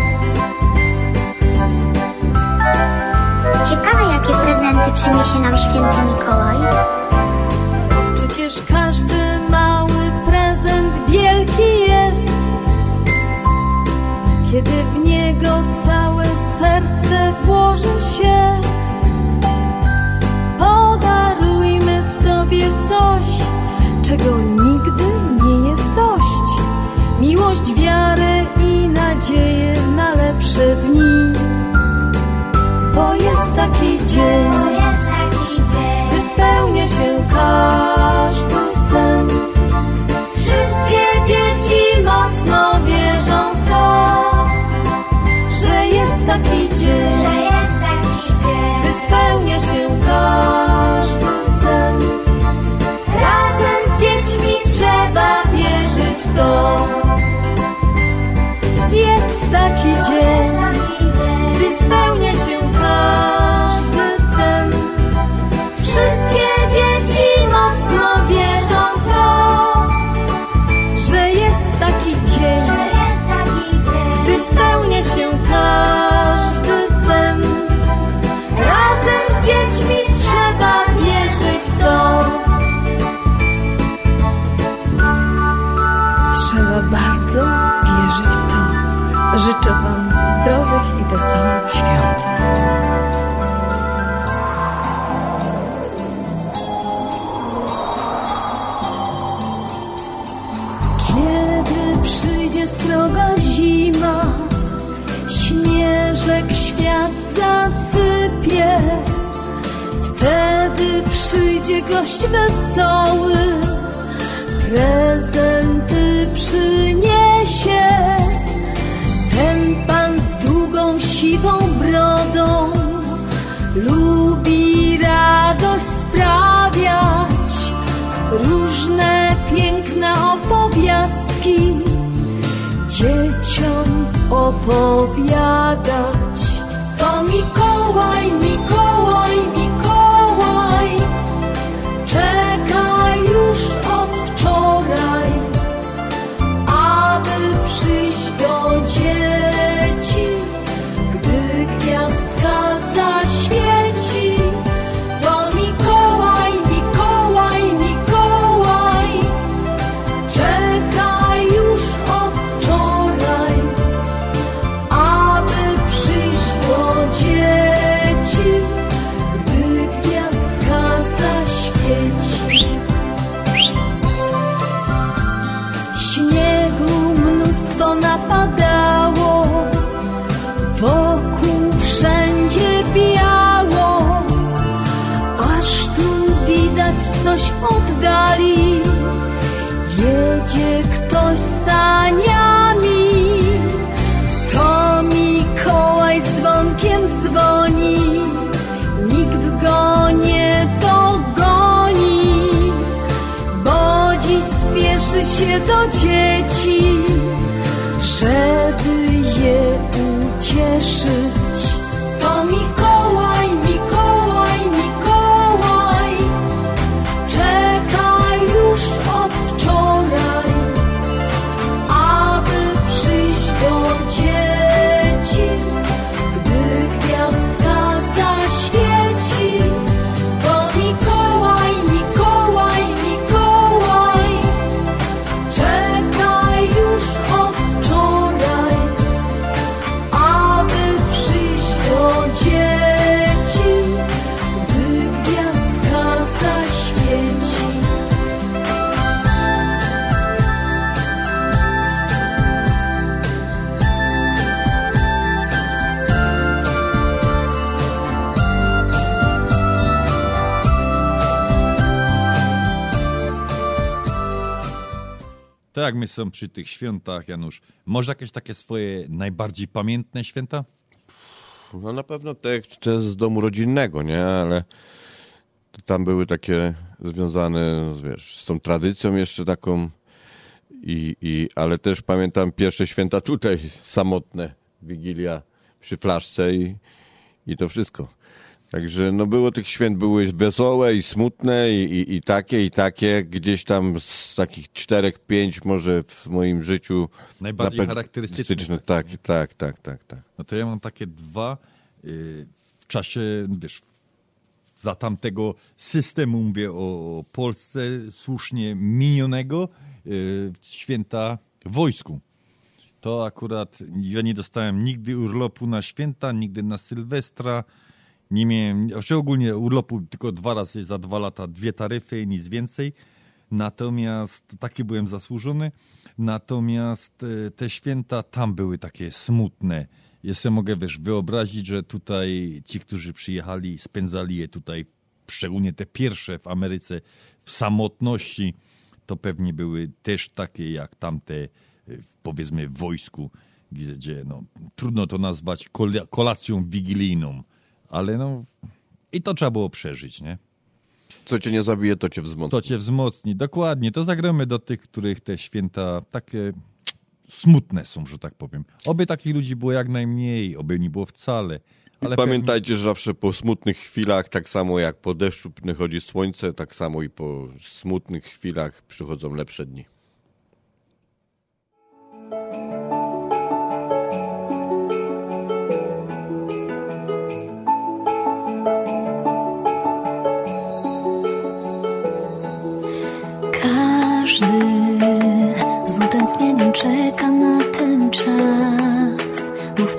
Ciekawe, jakie prezenty przyniesie nam święty Mikołaj. Przecież każdy mały prezent wielki jest, kiedy w niego całe serce włoży się. Podarujmy sobie coś, czego nigdy nie jest dość. Miłość, wiarę i nadzieję na lepsze dni. Życzę Wam zdrowych i wesołych świąt. Kiedy przyjdzie sroga zima, śnieżek świat zasypie, wtedy przyjdzie gość wesoły, prezenty przyniesie. Ten pan z długą siwą brodą lubi radość sprawiać, różne piękne opowiastki dzieciom opowiadać. To Mikołaj, Mikołaj, Mikołaj czeka już od wczoraj, aby przyjść do dzieci, gdy gwiazdka zaświeci. To Mikołaj, Mikołaj, Mikołaj czeka już od wczoraj, aby przyjść do dzieci, gdy gwiazdka zaświeci. Śniegu mnóstwo napadało, wokół wszędzie biało, aż tu widać coś w oddali, jedzie ktoś saniami. To Mikołaj dzwonkiem dzwoni, nikt go nie dogoni, bo dziś spieszy się do dzieci, żeby je ucieszyć. To Mikołaj, Mikołaj, Mikołaj czeka już od wczoraj, aby przyjść do dzieci, gdy gwiazdka zaświeci. To Mikołaj, Mikołaj, Mikołaj czeka już od wczoraj, aby przyjść do dzieci, gdy gwiazdka zaświeci. Tak, my są przy tych świętach, Janusz. Może jakieś takie swoje najbardziej pamiętne święta? No na pewno te, te z domu rodzinnego, nie? Ale tam były takie związane, wiesz, z tą tradycją jeszcze taką. I, i, ale też pamiętam pierwsze święta tutaj, samotne, Wigilia przy flaszce i, i to wszystko. Także no było tych święt, były wesołe i smutne i, i, i takie, i takie. Gdzieś tam z takich czterech, pięć może w moim życiu. Najbardziej nape- charakterystyczne. Tak, tak, tak, tak, tak. No to ja mam takie dwa yy, w czasie, wiesz, za tamtego systemu, mówię o Polsce słusznie minionego, yy, święta w wojsku. To akurat ja nie dostałem nigdy urlopu na święta, nigdy na Sylwestra. Nie miałem, znaczy ogólnie urlopu tylko dwa razy za dwa lata, dwie taryfy i nic więcej. Natomiast taki byłem zasłużony. Natomiast te święta tam były takie smutne. Ja sobie mogę, wiesz, wyobrazić, że tutaj ci, którzy przyjechali, spędzali je tutaj, szczególnie te pierwsze w Ameryce, w samotności, to pewnie były też takie jak tamte, powiedzmy, w wojsku, gdzie no, trudno to nazwać kol- kolacją wigilijną. Ale no, i to trzeba było przeżyć, nie? Co cię nie zabije, to cię wzmocni. To cię wzmocni, dokładnie. To zagramy do tych, których te święta takie smutne są, że tak powiem. Oby takich ludzi było jak najmniej, oby nie było wcale. Ale pamiętajcie, pewnie... że zawsze po smutnych chwilach, tak samo jak po deszczu przychodzi słońce, tak samo i po smutnych chwilach przychodzą lepsze dni. Każdy z utęsknieniem czeka na ten czas,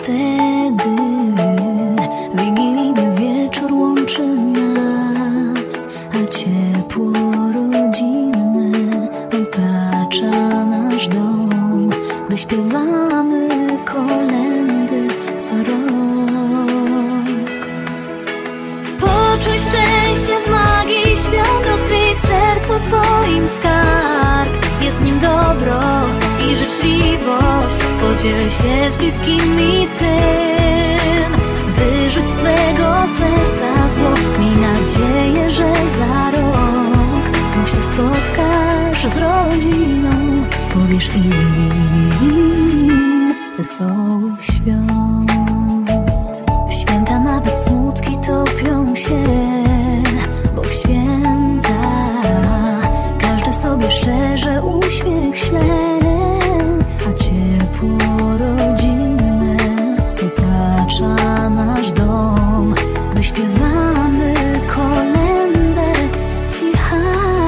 wtedy wigilijny wieczór łączy nas, a ciepło rodzinne otacza nasz dom, gdy śpiewamy kolędy co rok. Poczuj szczęście w magii świąt, odkryj w sercu twoim skarb. Jest w nim dobro i życzliwość, podziel się z bliskimi tym. Wyrzuć z twego serca zło, miej nadzieję, że za rok znów się spotkasz z rodziną. Powiesz im wesołych świąt. W święta nawet smutki topią się, bo w święta każdy sobie szczerze uśmiech śle, a ciepło rodzinne otacza nasz dom, gdy śpiewamy kolędę cicha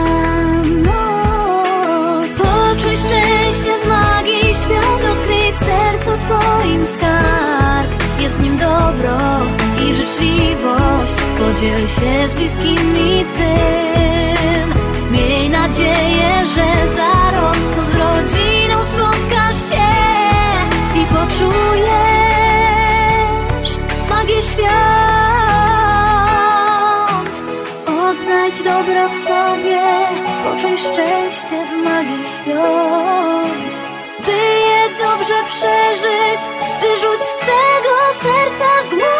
noc. Poczuj szczęście w magii świąt, odkryj w sercu twoim skarb. Jest w nim dobro i życzliwość, podziel się z bliskimi tym. Miej nadzieję, że za rok tu z rodziną spotkasz się i poczujesz magię świąt. Odnajdź dobro w sobie, poczuj szczęście w magii świąt. By je dobrze przeżyć, wyrzuć z twego serca zło.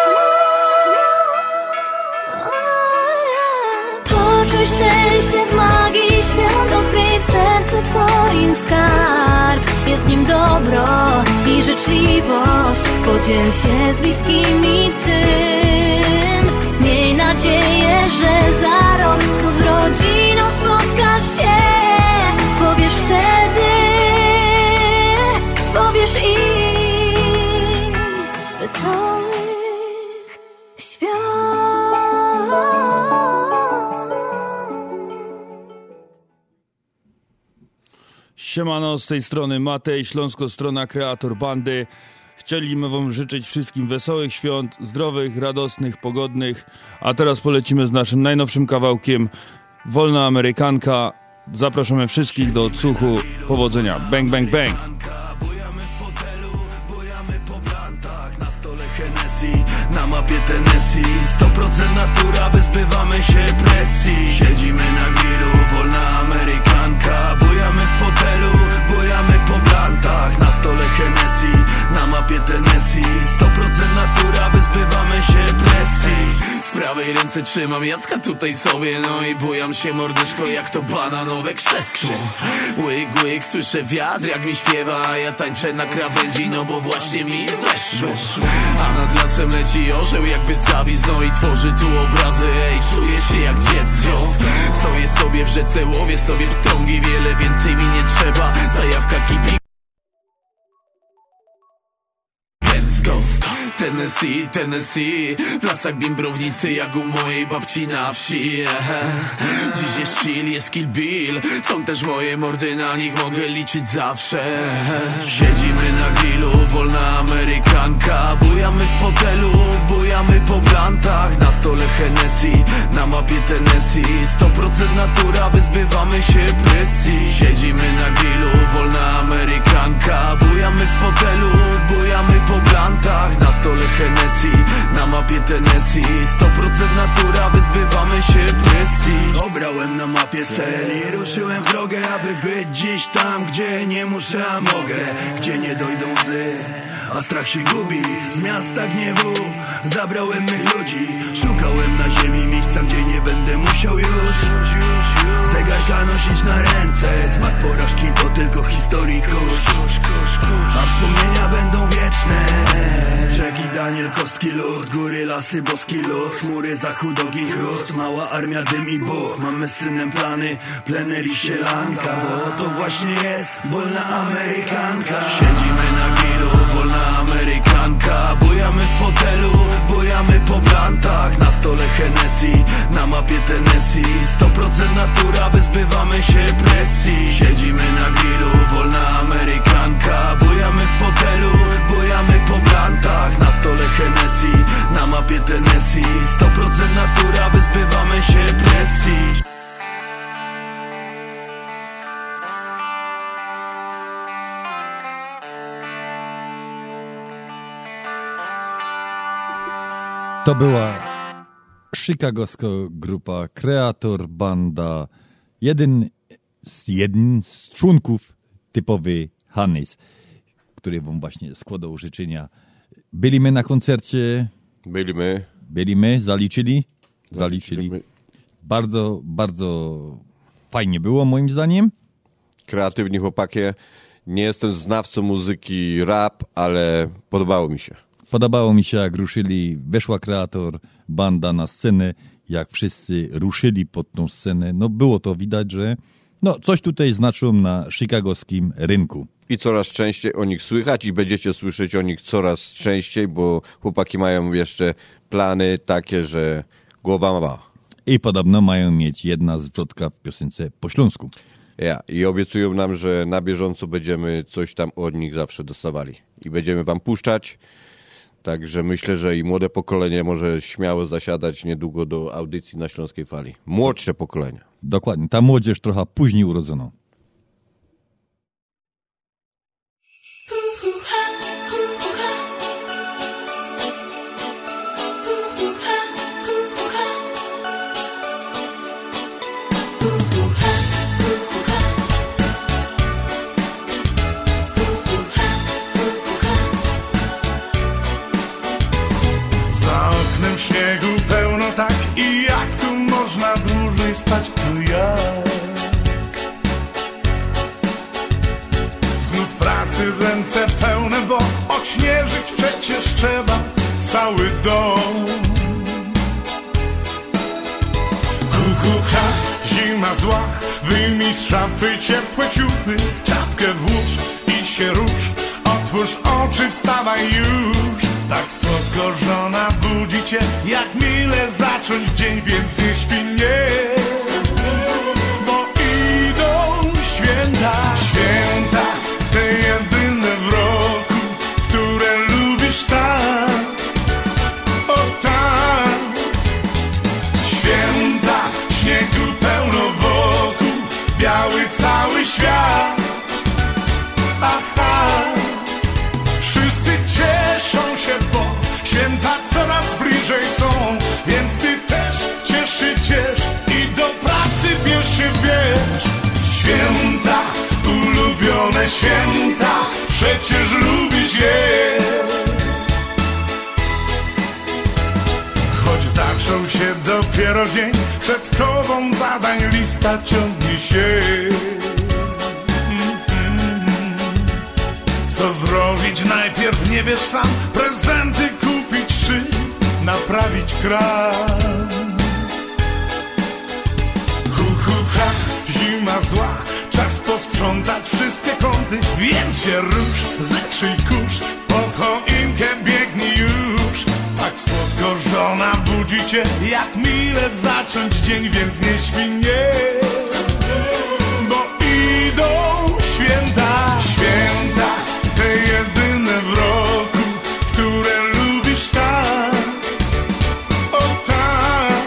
Poczuj szczęście w magii świąt, odkryj w sercu twoim skarb. Jest w nim dobro i życzliwość, podziel się z bliskimi tym. Miej nadzieję, że za rok tu z rodziną spotkasz się. Powiesz wtedy, powiesz im wesołych świąt. Siemano, z tej strony Matej, Śląsko-Strona, kreator bandy. Chcielibyśmy wam życzyć wszystkim wesołych świąt, zdrowych, radosnych, pogodnych. A teraz polecimy z naszym najnowszym kawałkiem Wolna Amerykanka. Zapraszamy wszystkich do odsłuchu. Powodzenia. Bang, bang, bang. Na mapie Tennessee, sto procent natura, wyzbywamy się presji. Siedzimy na grillu, wolna Amerykanka. Bujamy w fotelu, bujamy po blantach. Na stole Hennessy, na mapie Tennessee, sto procent natura, wyzbywamy się presji. W prawej ręce trzymam Jacka tutaj sobie, no i bujam się mordeczko jak to bananowe krzesło. Łyk, łyk, słyszę wiatr jak mi śpiewa, a ja tańczę na krawędzi, no bo właśnie mi weszło. A nad lasem leci orzeł jakby zawis, no i tworzy tu obrazy, ej, czuję się jak dziecko. Stoję sobie w rzece, łowię sobie pstrągi, wiele więcej mi nie trzeba, zajawka kipi. Tennessee, Tennessee, w lasach bimbrownicy jak u mojej babci na wsi. Dziś jest chill, jest Kill Bill, są też moje mordy, na nich mogę liczyć zawsze. Siedzimy na grillu, wolna Amerykanka. Bujamy w fotelu, bujamy po blantach. Na stole Hennessy, na mapie Tennessee, sto procent natura, wyzbywamy się presji. Siedzimy na grillu, wolna Amerykanka. Bujamy w fotelu, bujamy po blantach. Na stole Hennessy, na mapie Tennessee, sto procent natura, wyzbywamy się presji. Obrałem na mapie cel i ruszyłem w drogę, aby być gdzieś tam, gdzie nie muszę, a mogę, gdzie nie dojdą łzy, a strach się gubi. Z miasta gniewu zabrałem mych ludzi, szukałem na ziemi miejsca, gdzie nie będę musiał już zegarka nosić na ręce. Smak porażki to tylko historii kurz, a wspomnienia będą wieczne. Jack i Daniel, kostki lód, góry, lasy, boski luz, chmury, zachód, ogień, chrust, mała armia, dym i buch. Mamy z synem plany, plener i sielanka, bo to właśnie jest wolna Amerykanka. Siedzimy na grillu, wolna Amerykanka. Bujamy w fotelu, bujamy po blantach. Na stole Hennessy, na mapie Tennessee, sto procent natura, wyzbywamy się presji. Siedzimy na grillu, wolna Amerykanka. Bujamy w fotelu, bujamy po blantach. To była chicagowska grupa Kreator Banda. Jeden z, jeden z członków typowy Hannes, który wam właśnie składał życzenia. Byliśmy na koncercie. Byliśmy. Byliśmy, zaliczyli? Zaliczyli. Bardzo, bardzo fajnie było moim zdaniem. Kreatywni chłopakie. Nie jestem znawcą muzyki rap, ale podobało mi się. Podobało mi się, jak ruszyli, weszła Kreator Banda na scenę, jak wszyscy ruszyli pod tą scenę. No było to widać, że no, coś tutaj znaczą na chicagowskim rynku. I coraz częściej o nich słychać i będziecie słyszeć o nich coraz częściej, bo chłopaki mają jeszcze plany takie, że głowa ma. I podobno mają mieć jedna zwrotka w piosence po śląsku. Ja, i obiecują nam, że na bieżąco będziemy coś tam od nich zawsze dostawali. I będziemy wam puszczać. Także myślę, że i młode pokolenie może śmiało zasiadać niedługo do audycji na Śląskiej Fali. Młodsze pokolenia. Dokładnie. Ta młodzież trochę później urodzono. Znów pracy ręce pełne, bo odśnieżyć przecież trzeba cały dom. Kukucha, zima zła, wyjmij z szafy ciepłe ciuchy, czapkę włóż i się rusz, otwórz oczy, wstawaj już. Tak słodko żona budzi cię, jak mile zacząć dzień, więc nie śpi, nie. Bo idą święta, święta, te jedyne w roku, które lubisz tak, o tak. Święta, śniegu pełno wokół, biały cały świat, aha. Wszyscy cieszą się, bo święta coraz bliżej są, więc ty też cieszy ciesz i do pracy bierz się bierz. Święta, ulubione święta, przecież lubisz je. Choć zaczął się dopiero dzień, przed tobą zadań lista ciągnie się. Co zrobić najpierw nie wiesz sam, prezenty kupić czy naprawić kran. Hu, hu, ha, zima zła, czas posprzątać wszystkie kąty, więc się rusz, zetrzyj kurz, pod choinkę biegnij już. Tak słodko żona budzi cię, jak mile zacząć dzień, więc nie śpi, nie. Bo idą święta, święta, te jedyne w roku, które lubisz tak, o tak.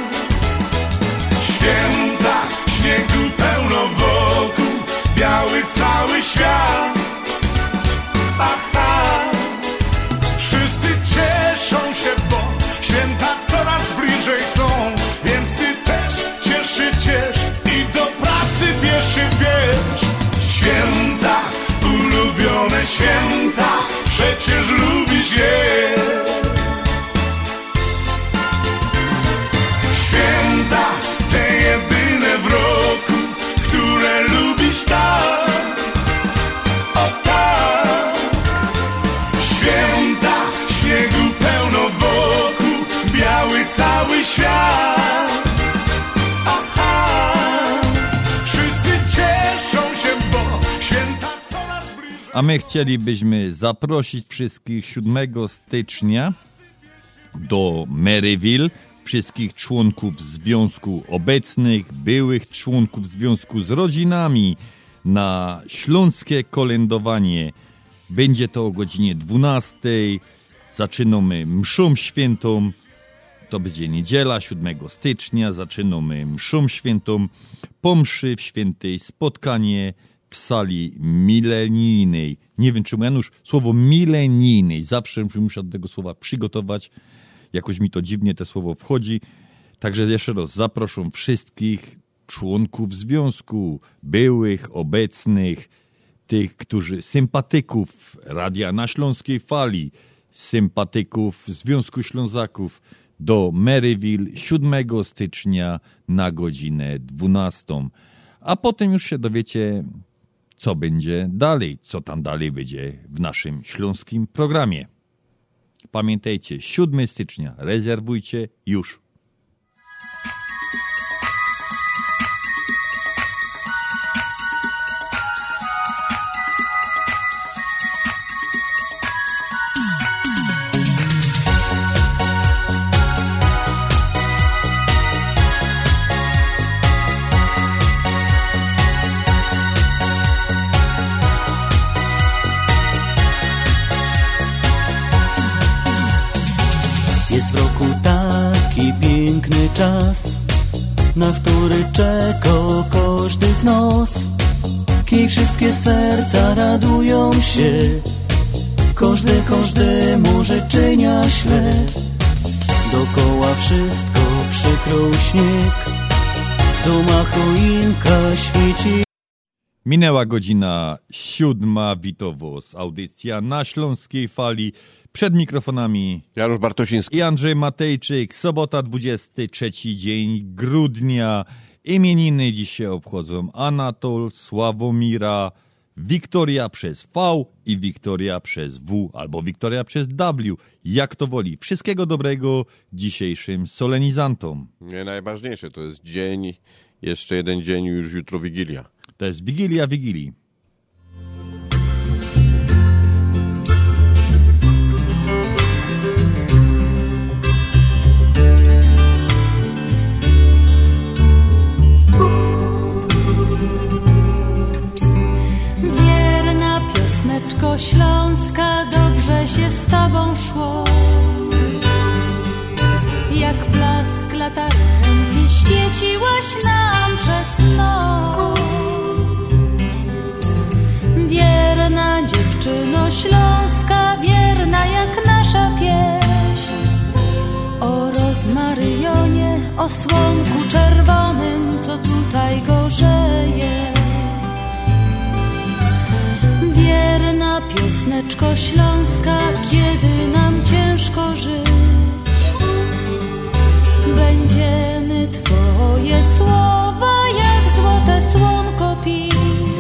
Święta, śniegu pełno wokół, biały cały świat, aha. Wszyscy cieszą się, bo święta coraz bliżej są, więc ty też cieszy ciesz i do pracy bierz się bierz. Święta, ulubione święta, przecież lubisz je. Święta, te jedyne w roku, które lubisz tak, o tak. Święta, śniegu pełno wokół, biały cały świat, aha. Wszyscy cieszą się, bo święta coraz bliżej. A my chcielibyśmy zaprosić wszystkich siódmego stycznia do Maryville, wszystkich członków związku obecnych, byłych członków związku z rodzinami na śląskie kolędowanie. Będzie to o godzinie dwunastej. Zaczynamy mszą świętą. To będzie niedziela, siódmego stycznia. Zaczynamy mszą świętą. Po mszy w świętej spotkanie w sali milenijnej. Nie wiem, czy Janusz, słowo milenijnej. Zawsze muszę do tego słowa przygotować. jakoś mi to dziwnie te słowo wchodzi. Także jeszcze raz zaproszę wszystkich członków związku, byłych, obecnych, tych, którzy, sympatyków Radia na Śląskiej Fali, sympatyków Związku Ślązaków do Maryville siódmego stycznia na godzinę dwunastą. A potem już się dowiecie, co będzie dalej, co tam dalej będzie w naszym śląskim programie. Pamiętajcie, siódmego stycznia, rezerwujcie już. Jest w roku taki piękny czas, na który czeka każdy z nas. Kiedy wszystkie serca radują się, każdy każdemu życzenia śle. Dokoła wszystko przykrył śnieg, w domach choinka świeci. Minęła godzina siódma, Witowos, audycja na Śląskiej Fali. Przed mikrofonami Janusz Bartosiński i Andrzej Matejczyk. Sobota, dwudziesty trzeci dzień grudnia. Imieniny dzisiaj obchodzą Anatol, Sławomira, Wiktoria przez V i Wiktoria przez W, albo Wiktoria przez W, jak to woli. Wszystkiego dobrego dzisiejszym solenizantom. Nie, najważniejsze to jest dzień, jeszcze jeden dzień, już jutro Wigilia. To jest Wigilia Wigilii. Piosneczko śląska, dobrze się z tobą szło. Jak blask latarenki świeciłaś nam przez noc. Wierna dziewczyno śląska, wierna jak nasza pieśń. O rozmaryjonie, o słonku czerwonym, co tutaj gorzeje. Wierna piosneczko śląska, kiedy nam ciężko żyć, będziemy twoje słowa jak złote słonko pić.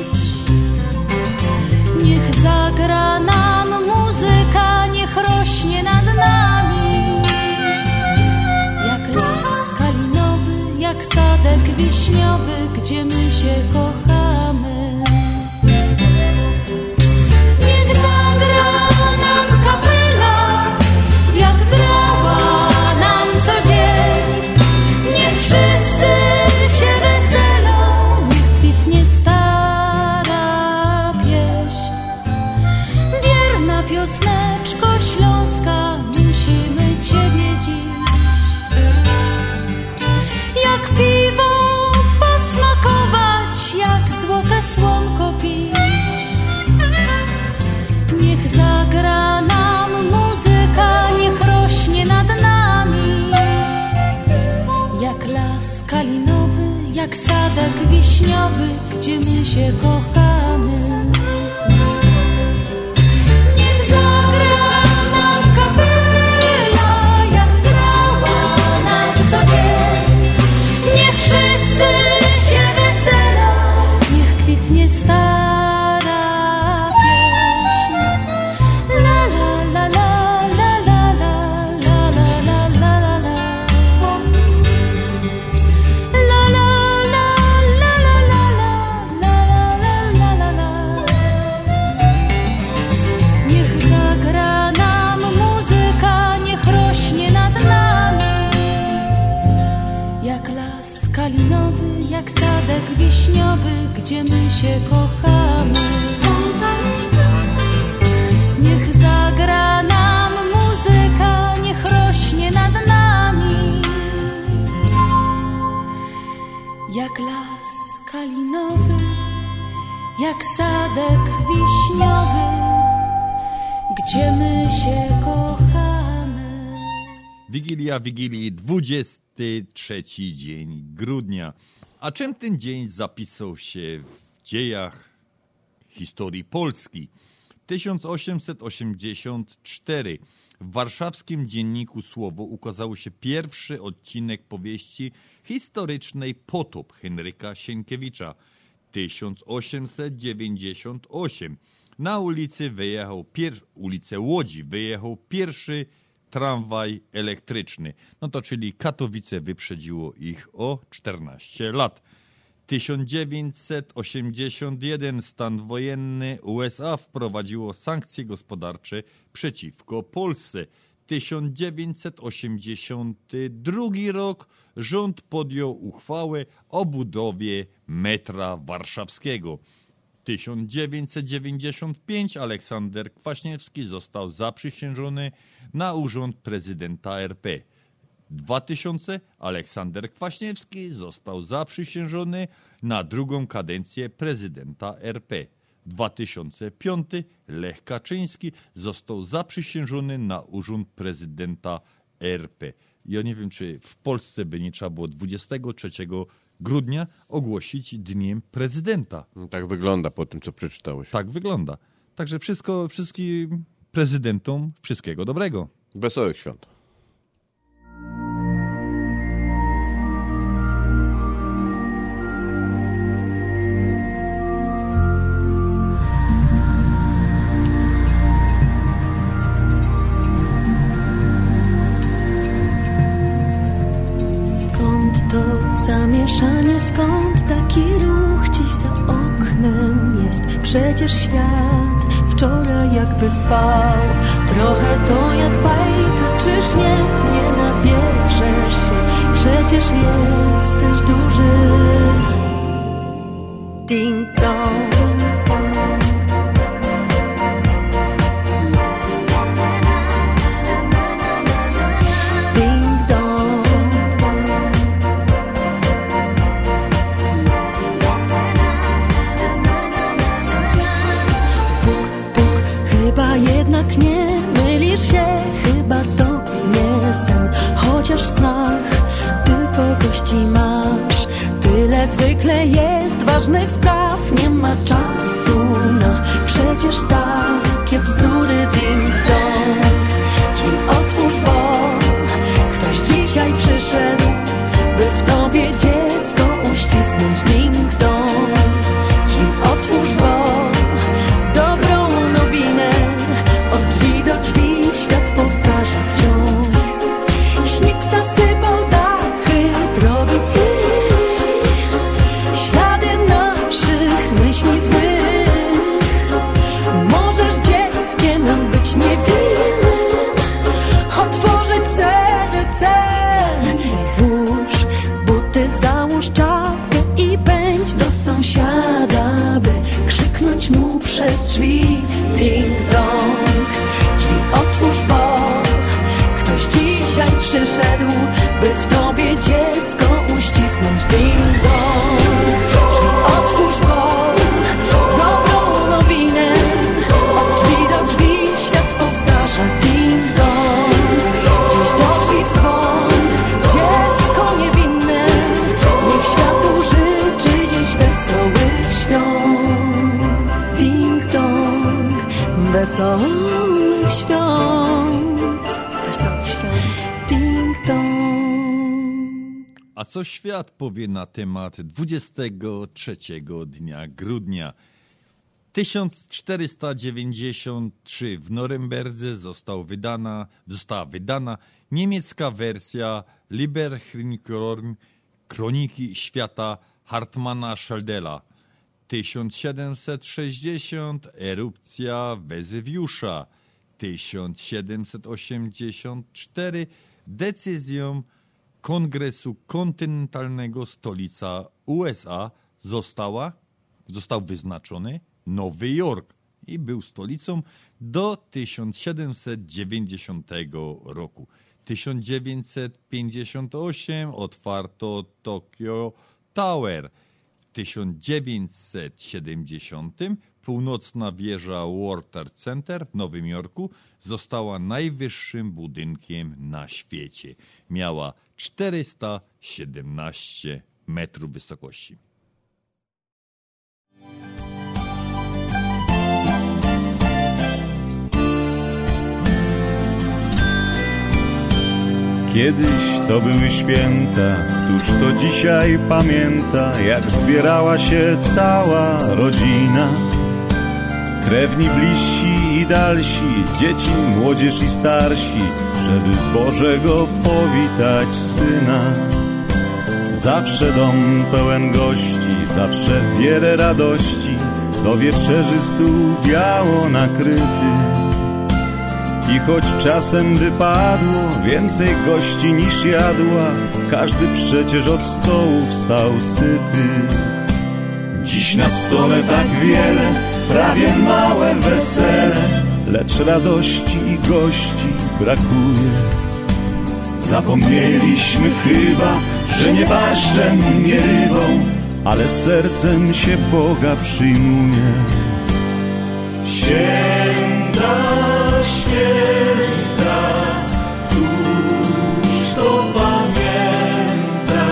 Niech zagra nam muzyka, niech rośnie nad nami. Jak las kalinowy, jak sadek wiśniowy, gdzie my się kochamy. Piosneczko śląska, musimy ciebie dziś jak piwo posmakować, jak złote słonko pić. Niech zagra nam muzyka, niech rośnie nad nami. Jak las kalinowy, jak sadek wiśniowy, gdzie my się kochamy. Jak sadek wiśniowy, gdzie my się kochamy. Niech zagra nam muzyka, niech rośnie nad nami. Jak las kalinowy, jak sadek wiśniowy, gdzie my się kochamy. Wigilia Wigilii, dwudziesty trzeci dzień grudnia. A czym ten dzień zapisał się w dziejach historii Polski? tysiąc osiemset osiemdziesiąty czwarty. W warszawskim dzienniku Słowo ukazał się pierwszy odcinek powieści historycznej Potop Henryka Sienkiewicza. tysiąc osiemset dziewięćdziesiąty ósmy. Na ulicy wyjechał pier... ulicę Łodzi wyjechał pierwszy tramwaj elektryczny. No to czyli Katowice wyprzedziło ich o czternaście lat. tysiąc dziewięćset osiemdziesiąty pierwszy. Stan wojenny U S A wprowadziło sankcje gospodarcze przeciwko Polsce. tysiąc dziewięćset osiemdziesiąty drugi rok rząd podjął uchwałę o budowie metra warszawskiego. tysiąc dziewięćset dziewięćdziesiąty piąty. Aleksander Kwaśniewski został zaprzysiężony na urząd prezydenta R P. dwutysięczny. Aleksander Kwaśniewski został zaprzysiężony na drugą kadencję prezydenta R P. dwa tysiące piąty. Lech Kaczyński został zaprzysiężony na urząd prezydenta R P. Ja nie wiem, czy w Polsce by nie trzeba było dwudziestego trzeciego grudnia ogłosić dniem prezydenta. No, tak wygląda po tym, co przeczytałeś. Tak wygląda. Także wszystko, wszystkim prezydentom wszystkiego dobrego. Wesołych świąt. Zamieszanie, skąd taki ruch dziś za oknem jest? Przecież świat wczoraj jakby spał. Trochę to jak bajka, czyż nie? Nie nabierzesz się, przecież jesteś duży. Ding dong. Jednak nie mylisz się, chyba to nie sen. Chociaż w snach tylko gości masz. Tyle zwykle jest ważnych spraw. Nie ma czasu na przecież takie bzdury. Ding dong. Drzwi otwórz, bo ktoś dzisiaj przyszedł, by w tobie dziecko uścisnąć. Ding dong. Drzwi otwórz, bo świat powtarza wciąż. Śnieg zasypał dachy, drogi i ślady naszych myśli złych. Możesz dzieckiem być niewinnym, otworzyć serce. Włóż buty, załóż czapkę i pędź do sąsiada, by krzyknąć mu przez drzwi. Ding dong. Otwórz, bo ktoś dzisiaj przyszedł, by w tobie dziecko uścisnąć. Ding dong. Drzwi otwórz, bo dobrą nowinę od drzwi do drzwi świat powtarza. Ding dong. Dziś do drzwi dzwoń, dziecko niewinne, niech światu życzy dziś wesołych świąt. Ding dong. Wesołych świąt, wesołych świąt, ding dong. A co świat powie na temat dwudziestego trzeciego dnia grudnia? tysiąc czterysta dziewięćdziesiąty trzeci. W Norymberdze został wydana, została wydana niemiecka wersja Liber-Chronicorum, Kroniki Świata Hartmana Scheldela. tysiąc siedemset sześćdziesiąty. Erupcja Wezywiusza. tysiąc siedemset osiemdziesiąty czwarty. Decyzją Kongresu Kontynentalnego stolica U S A została, został wyznaczony Nowy Jork i był stolicą do tysiąc siedemset dziewięćdziesiątego roku. tysiąc dziewięćset pięćdziesiąty ósmy. Otwarto Tokyo Tower. W tysiąc dziewięćset siedemdziesiątym. północna wieża World Trade Center w Nowym Jorku została najwyższym budynkiem na świecie. Miała czterysta siedemnaście metrów wysokości. Kiedyś to były święta, któż to dzisiaj pamięta, jak zbierała się cała rodzina. Krewni bliżsi i dalsi, dzieci, młodzież i starsi, żeby Bożego powitać Syna. Zawsze dom pełen gości, zawsze wiele radości, do wieczerzy stół biało nakryty. I choć czasem wypadło więcej gości niż jadła, każdy przecież od stołu wstał syty. Dziś na stole tak wiele, prawie małe wesele, lecz radości i gości brakuje. Zapomnieliśmy chyba, że nie barszczem, nie rybą, ale sercem się Boga przyjmuje. Święta, święta, któż to pamięta,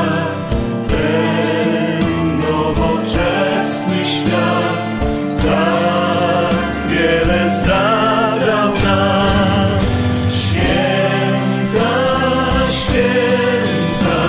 ten nowoczesny świat tak wiele zabrał nam. Święta, święta,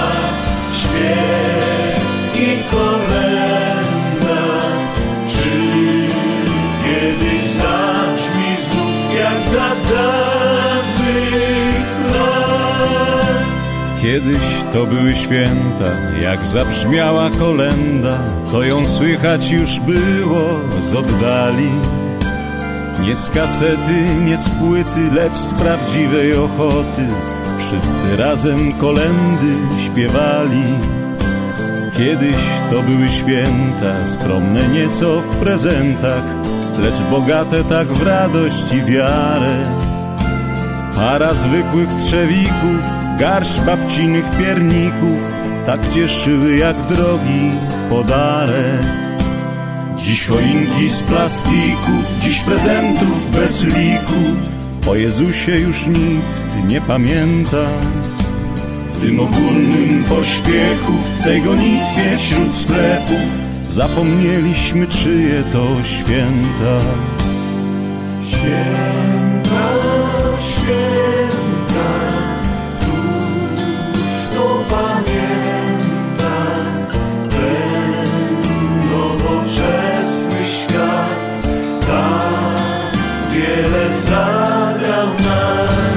śpiew i kolęda, czy kiedyś zabrzmi znów jak za dawnych lat. Kiedyś to były święta, jak zabrzmiała kolęda, to ją słychać już było z oddali. Nie z kasety, nie z płyty, lecz z prawdziwej ochoty. Wszyscy razem kolendy śpiewali. Kiedyś to były święta, skromne nieco w prezentach, lecz bogate tak w radość i wiarę. Para zwykłych trzewików, garść babcinych pierników, tak cieszyły jak drogi podarek. Dziś choinki z plastiku, dziś prezentów bez liku, o Jezusie już nikt nie pamięta. W tym ogólnym pośpiechu, w tej gonitwie wśród sklepów, zapomnieliśmy czyje to święta. Święta, święta, któż to pamięta, ten nowoczesny świat tak wiele zabrał nam.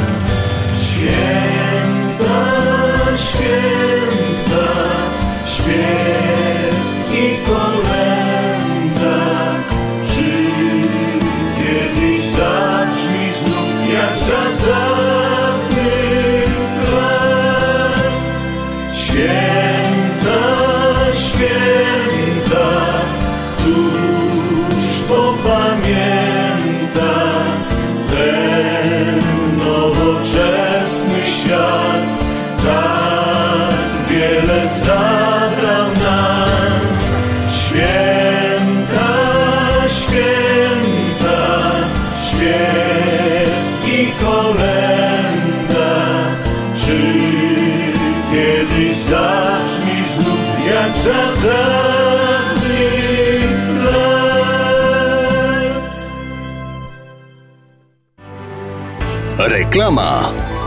Święta, święta, śpiew i kolęda, czy kiedyś zabrzmi znów jak za dawnych lat. Święta, święta, któż to pamięta, ten nowoczesny świat tak wiele zabrał nam. Święta, święta, śpiew i kolęda, czy kiedyś zabrzmi znów jak za dawnych lat. Reklama.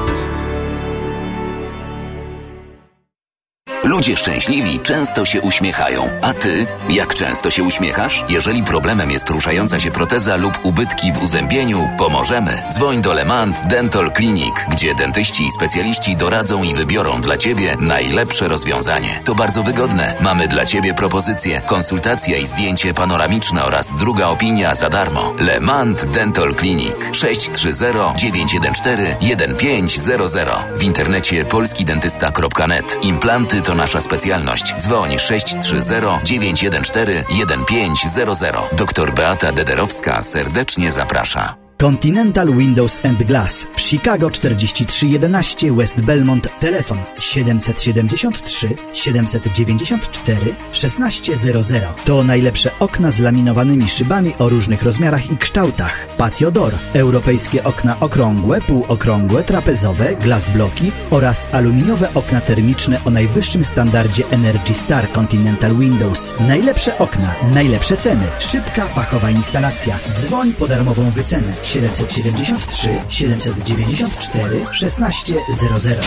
Ludzie szczęśliwi często się uśmiechają. A ty, jak często się uśmiechasz? Jeżeli problemem jest ruszająca się proteza lub ubytki w uzębieniu, pomożemy. Dzwoń do Lemant Dental Clinic, gdzie dentyści i specjaliści doradzą i wybiorą dla ciebie najlepsze rozwiązanie. To bardzo wygodne. Mamy dla ciebie propozycję, konsultacja i zdjęcie panoramiczne oraz druga opinia za darmo. Lemant Dental Clinic sześć trzy zero dziewięć jeden cztery jeden pięć zero zero. W internecie polski dentysta kropka net. Implanty to nasza specjalność. Dzwoń sześć trzy zero dziewięć jeden cztery jeden pięć zero zero. Doktor Beata Dederowska serdecznie zaprasza. Continental Windows and Glass w Chicago czterdzieści trzy jedenaście West Belmont. Telefon siedem siedem trzy, siedem dziewięć cztery, szesnaście zero zero. To najlepsze okna z laminowanymi szybami o różnych rozmiarach i kształtach. Patio door, europejskie okna okrągłe, półokrągłe, trapezowe, glass bloki oraz aluminiowe okna termiczne o najwyższym standardzie Energy Star Continental Windows. Najlepsze okna, najlepsze ceny, szybka, fachowa instalacja. Dzwoń po darmową wycenę siedem siedem trzy, siedem dziewięć cztery, szesnaście zero zero.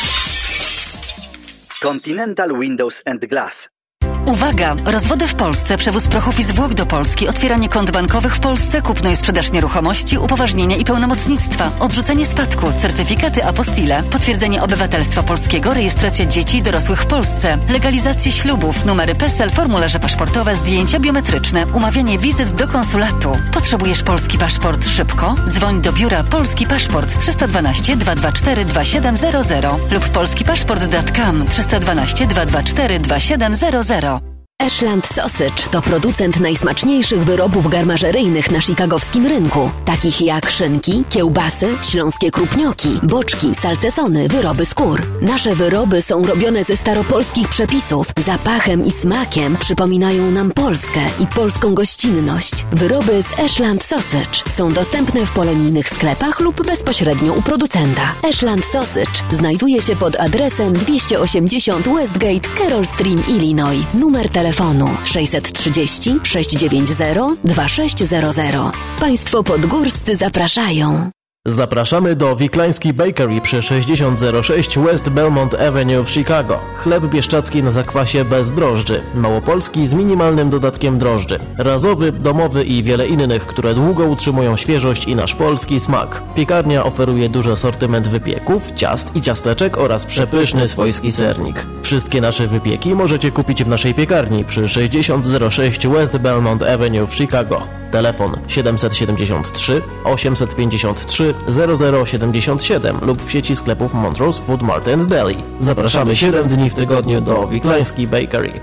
Continental Windows and Glass. Uwaga! Rozwody w Polsce, przewóz prochów i zwłok do Polski, otwieranie kont bankowych w Polsce, kupno i sprzedaż nieruchomości, upoważnienia i pełnomocnictwa, odrzucenie spadku, certyfikaty apostille, potwierdzenie obywatelstwa polskiego, rejestracja dzieci i dorosłych w Polsce, legalizację ślubów, numery PESEL, formularze paszportowe, zdjęcia biometryczne, umawianie wizyt do konsulatu. Potrzebujesz polski paszport szybko? Dzwoń do biura Polski Paszport trzysta dwanaście, dwieście dwadzieścia cztery, dwa siedem zero zero lub polski paszport kropka com trzysta dwanaście, dwieście dwadzieścia cztery, dwa siedem zero zero. Ashland Sausage to producent najsmaczniejszych wyrobów garmażeryjnych na chicagowskim rynku, takich jak szynki, kiełbasy, śląskie krupnioki, boczki, salcesony, wyroby skór. Nasze wyroby są robione ze staropolskich przepisów. Zapachem i smakiem przypominają nam Polskę i polską gościnność. Wyroby z Ashland Sausage są dostępne w polonijnych sklepach lub bezpośrednio u producenta. Ashland Sausage znajduje się pod adresem dwieście osiemdziesiąt Westgate, Carroll Stream, Illinois. Numer telefonu Telefonu sześćset trzydzieści, sześćset dziewięćdziesiąt, dwa sześć zero zero. Państwo podgórscy zapraszają. Zapraszamy do Wiklański Bakery przy sześćdziesiąt zero sześć West Belmont Avenue w Chicago. Chleb bieszczacki na zakwasie bez drożdży. Małopolski z minimalnym dodatkiem drożdży. Razowy, domowy i wiele innych, które długo utrzymują świeżość i nasz polski smak. Piekarnia oferuje duży asortyment wypieków, ciast i ciasteczek oraz przepyszny swojski sernik. Wszystkie nasze wypieki możecie kupić w naszej piekarni przy sześćdziesiąt zero sześć West Belmont Avenue w Chicago. Telefon siedem siedem trzy, osiem pięć trzy, zero zero siedem siedem lub w sieci sklepów Montrose Food Mart and Deli. Zapraszamy siedem dni w tygodniu do Wiklański Bakery.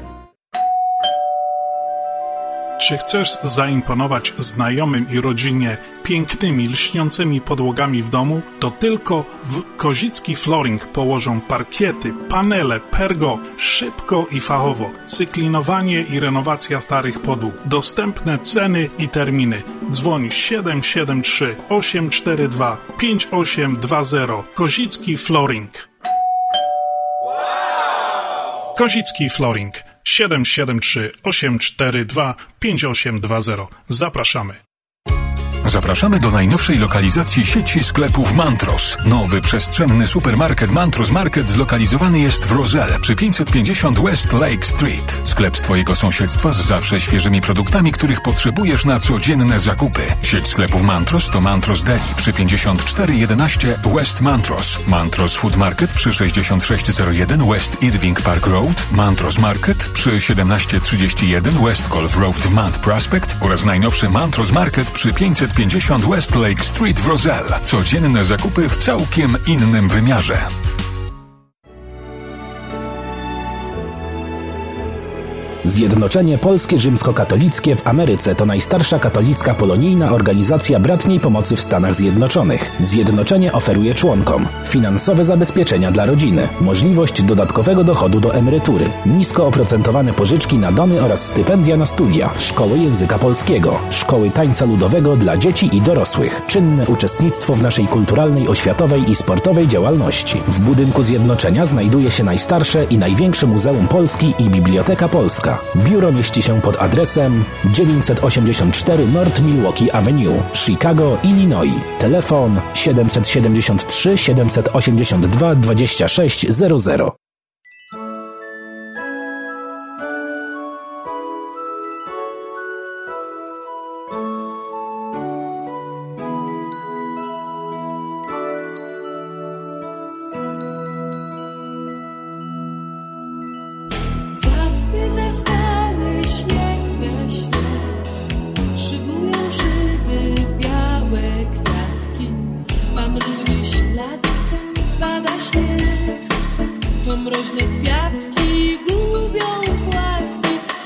Czy chcesz zaimponować znajomym i rodzinie pięknymi, lśniącymi podłogami w domu? To tylko w Kozicki Flooring położą parkiety, panele, pergo, szybko i fachowo. Cyklinowanie i renowacja starych podłóg. Dostępne ceny i terminy. Dzwoń siedem siedem trzy, osiem cztery dwa, pięć osiem dwa zero. Kozicki Flooring. Kozicki Flooring. siedem siedem trzy, osiem cztery dwa, pięć osiem dwa zero. Zapraszamy. Zapraszamy do najnowszej lokalizacji sieci sklepów Mantros. Nowy, przestrzenny supermarket Mantros Market zlokalizowany jest w Roselle przy pięćset pięćdziesiąt West Lake Street. Sklep z Twojego sąsiedztwa z zawsze świeżymi produktami, których potrzebujesz na codzienne zakupy. Sieć sklepów Mantros to Mantros Deli przy pięćdziesiąt cztery jedenaście West Mantros. Mantros Food Market przy sześćdziesiąt sześć zero jeden West Irving Park Road. Mantros Market przy siedemnaście trzydzieści jeden West Golf Road w Mount Prospect oraz najnowszy Mantros Market przy pięćset pięćdziesiąt West Lake Street w Roselle. Codzienne zakupy w całkiem innym wymiarze. Zjednoczenie Polskie Rzymskokatolickie w Ameryce to najstarsza katolicka polonijna organizacja bratniej pomocy w Stanach Zjednoczonych. Zjednoczenie oferuje członkom finansowe zabezpieczenia dla rodziny, możliwość dodatkowego dochodu do emerytury, nisko oprocentowane pożyczki na domy oraz stypendia na studia, szkoły języka polskiego, szkoły tańca ludowego dla dzieci i dorosłych, czynne uczestnictwo w naszej kulturalnej, oświatowej i sportowej działalności. W budynku Zjednoczenia znajduje się najstarsze i największe Muzeum Polski i Biblioteka Polska. Biuro mieści się pod adresem dziewięćset osiemdziesiąt cztery North Milwaukee Avenue, Chicago, Illinois. Telefon siedem siedem trzy, siedem osiem dwa, dwa sześć zero zero.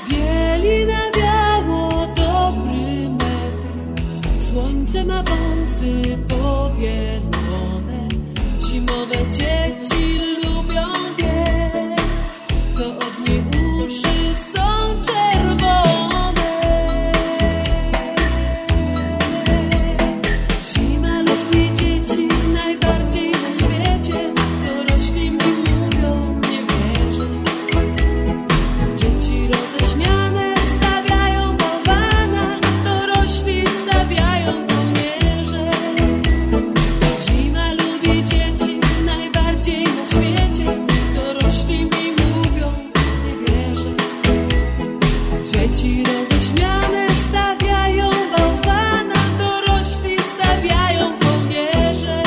Słońce ma wąs włosy pobielone. Zimowe dzieci lubią bieg, to od niej uszy są czerwone. Zima lubi dzieci najbardziej na świecie, dorośli mi mówią, nie wierzę. Dzieci roześmiane stawiają bałwana, dorośli stawiają kołnierze. Zima lubi dzieci najbardziej na świecie, dorośli mi mówią, nie wierzę. Dzieci roześmiane stawiają bałwana, dorośli stawiają kołnierze.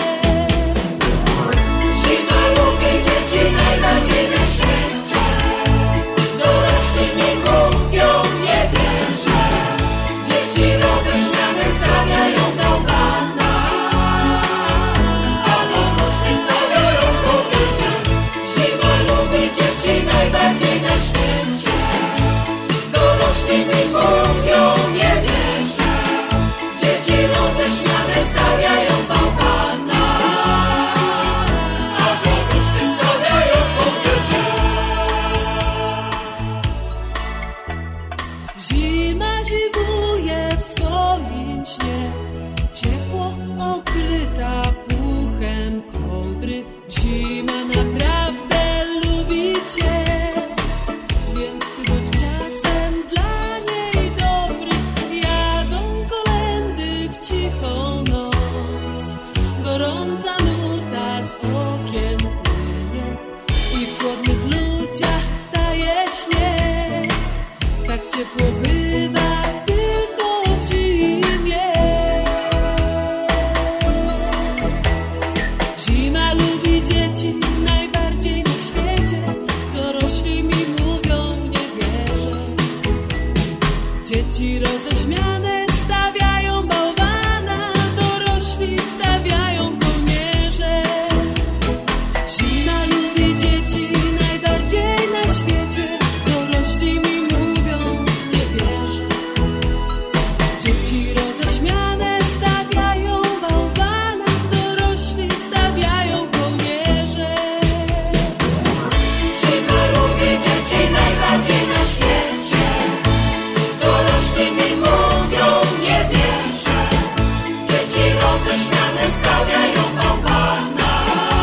Zima lubi dzieci najbardziej na świecie, dorośli mi mówią, nie wierzę. Dzieci roześmiane stawiają bałwana, a dorośli stawiają kołnierze. Zima lubi dzieci najbardziej na świecie, dorośli mi mówią, nie wierzę. Dzieci roześmiane stawiają bałwana, a dorośli stawiają kołnierze. Zima zimuje w swoim śnie, ciepło okryta puchem kołdry. Zima naprawdę lubi cię, więc ty bądź czasem dla niej dobry. Jadą kolędy w cichą noc, gorąca nuta z okien płynie i w chłodnych ludziach taje śnieg. Tak ciepło bywa tylko w zimie. Zima lubi dzieci najbardziej na świecie, dorośli mi mówią, nie wierzę. Dzieci roześmiane stawiają bałwana, dorośli stawiają kołnierze. Zima lubi dzieci najbardziej na świecie, dorośli mi mówią, nie wierzę. Dzieci roześmiane stawiają bałwana, dorośli stawiają kołnierze. Zima lubi dzieci najbardziej na świecie, dorośli mi mówią, nie wierzę. Dzieci roześmiane stawiają bałwana,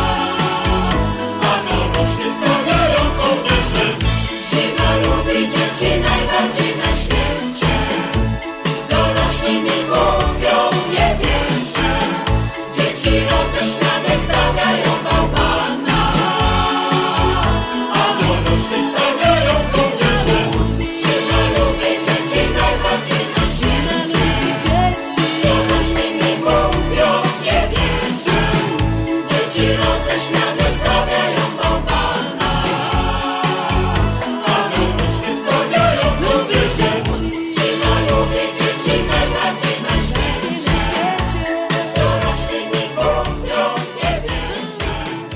a dorośli stawiają kołnierze. Zima lubi dzieci najbardziej na świecie, dorośli mi mówią, nie wierzę. Dzieci roześmiane stawiają bałwana, a dorośli stawiają kołnierze. Zima lubi dzieci najbardziej na świecie, dorośli mi mówią, nie wierzę. Dzieci roześmiane stawiają bałwana, a dorośli stawiają lubię dzieci. Zima lubi dzieci najbardziej na świecie, dorośli mi mówią, nie wierzę.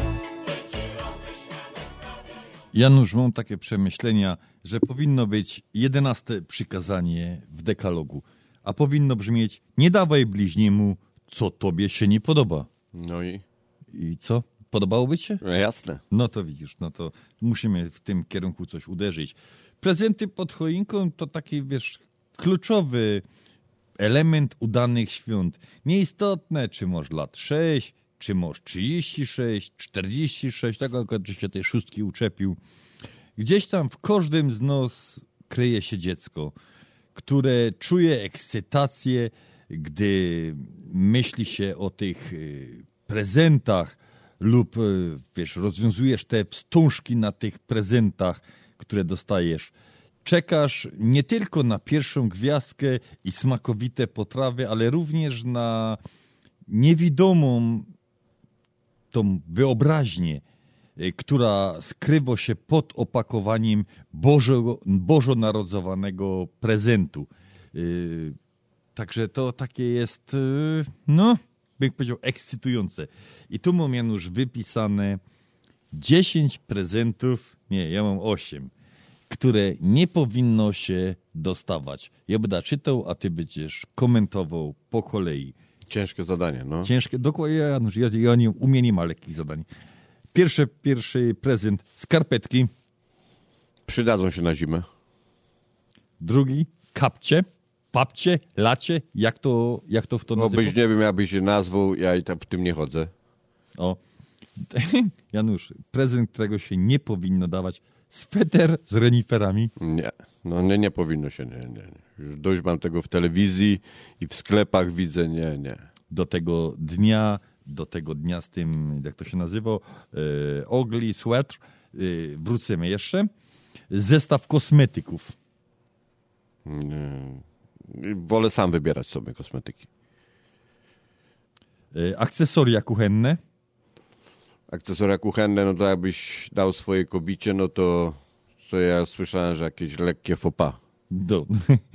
Janusz, mam takie przemyślenia, że powinno być jedenaste przykazanie w dekalogu, a powinno brzmieć: nie dawaj bliźniemu, co tobie się nie podoba. No i? I co? Podobałoby ci się? No jasne. No to widzisz, no to musimy w tym kierunku coś uderzyć. Prezenty pod choinką to taki, wiesz, kluczowy element udanych świąt. Nieistotne, czy masz lat sześć, czy masz trzydzieści sześć, czterdzieści sześć, tak akurat, że się tej szóstki uczepił. Gdzieś tam w każdym z nas kryje się dziecko, które czuje ekscytację, gdy myśli się o tych y, prezentach lub, y, wiesz, rozwiązujesz te wstążki na tych prezentach, które dostajesz. Czekasz nie tylko na pierwszą gwiazdkę i smakowite potrawy, ale również na niewidomą tą wyobraźnię, która skrywa się pod opakowaniem Bożo, bożonarodzowanego prezentu. Yy, także to takie jest, yy, no, bym powiedział, ekscytujące. I tu mam, Janusz, wypisane dziesięć prezentów, nie, ja mam osiem, które nie powinno się dostawać. Ja będę czytał, a ty będziesz komentował po kolei. Ciężkie zadanie, no. Ciężkie, dokładnie, Janusz, ja, ja nie, u mnie nie ma lekkich zadań. Pierwszy, pierwszy prezent, skarpetki. Przydadzą się na zimę. Drugi, kapcie, papcie, lacie, jak to, jak to w to nazywa? Obyś nie wiem, jakby się nazwał, ja i tak w tym nie chodzę. O, Janusz, prezent, którego się nie powinno dawać, sweter z reniferami. Nie, no nie, nie powinno się, nie, nie, nie. Już dość mam tego w telewizji i w sklepach widzę, nie, nie. Do tego dnia, do tego dnia z tym, jak to się nazywa, e, ugly sweater, e, wrócimy jeszcze. Zestaw kosmetyków. Nie. Wolę sam wybierać sobie kosmetyki. E, akcesoria kuchenne. Akcesoria kuchenne, no to jakbyś dał swojej kobicie, no to, to ja słyszałem, że jakieś lekkie faux pas. Do.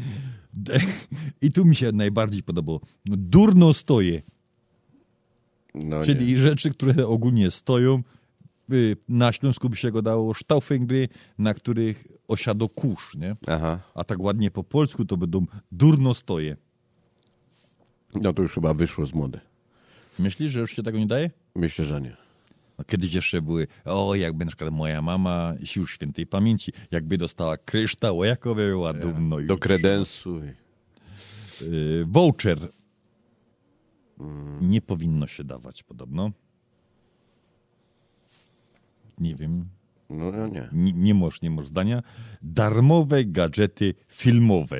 I tu mi się najbardziej podobało. Durno stoję. No Czyli nie. rzeczy, które ogólnie stoją. Na Śląsku by się go dało sztaufengry, na których osiadł kurz, nie? Aha. A tak ładnie po polsku to będą durno stoje. No to już chyba wyszło z mody. Myślisz, że już się tego nie daje? Myślę, że nie. No, kiedyś jeszcze były, o jakby na przykład moja mama, sił świętej pamięci, jakby dostała kryształ, jako by była Ja, dumno. do kredensu. Yy, voucher. Mm. Nie powinno się dawać podobno. Nie wiem. No, no nie. Nie, nie możesz, nie możesz zdania. Darmowe gadżety filmowe.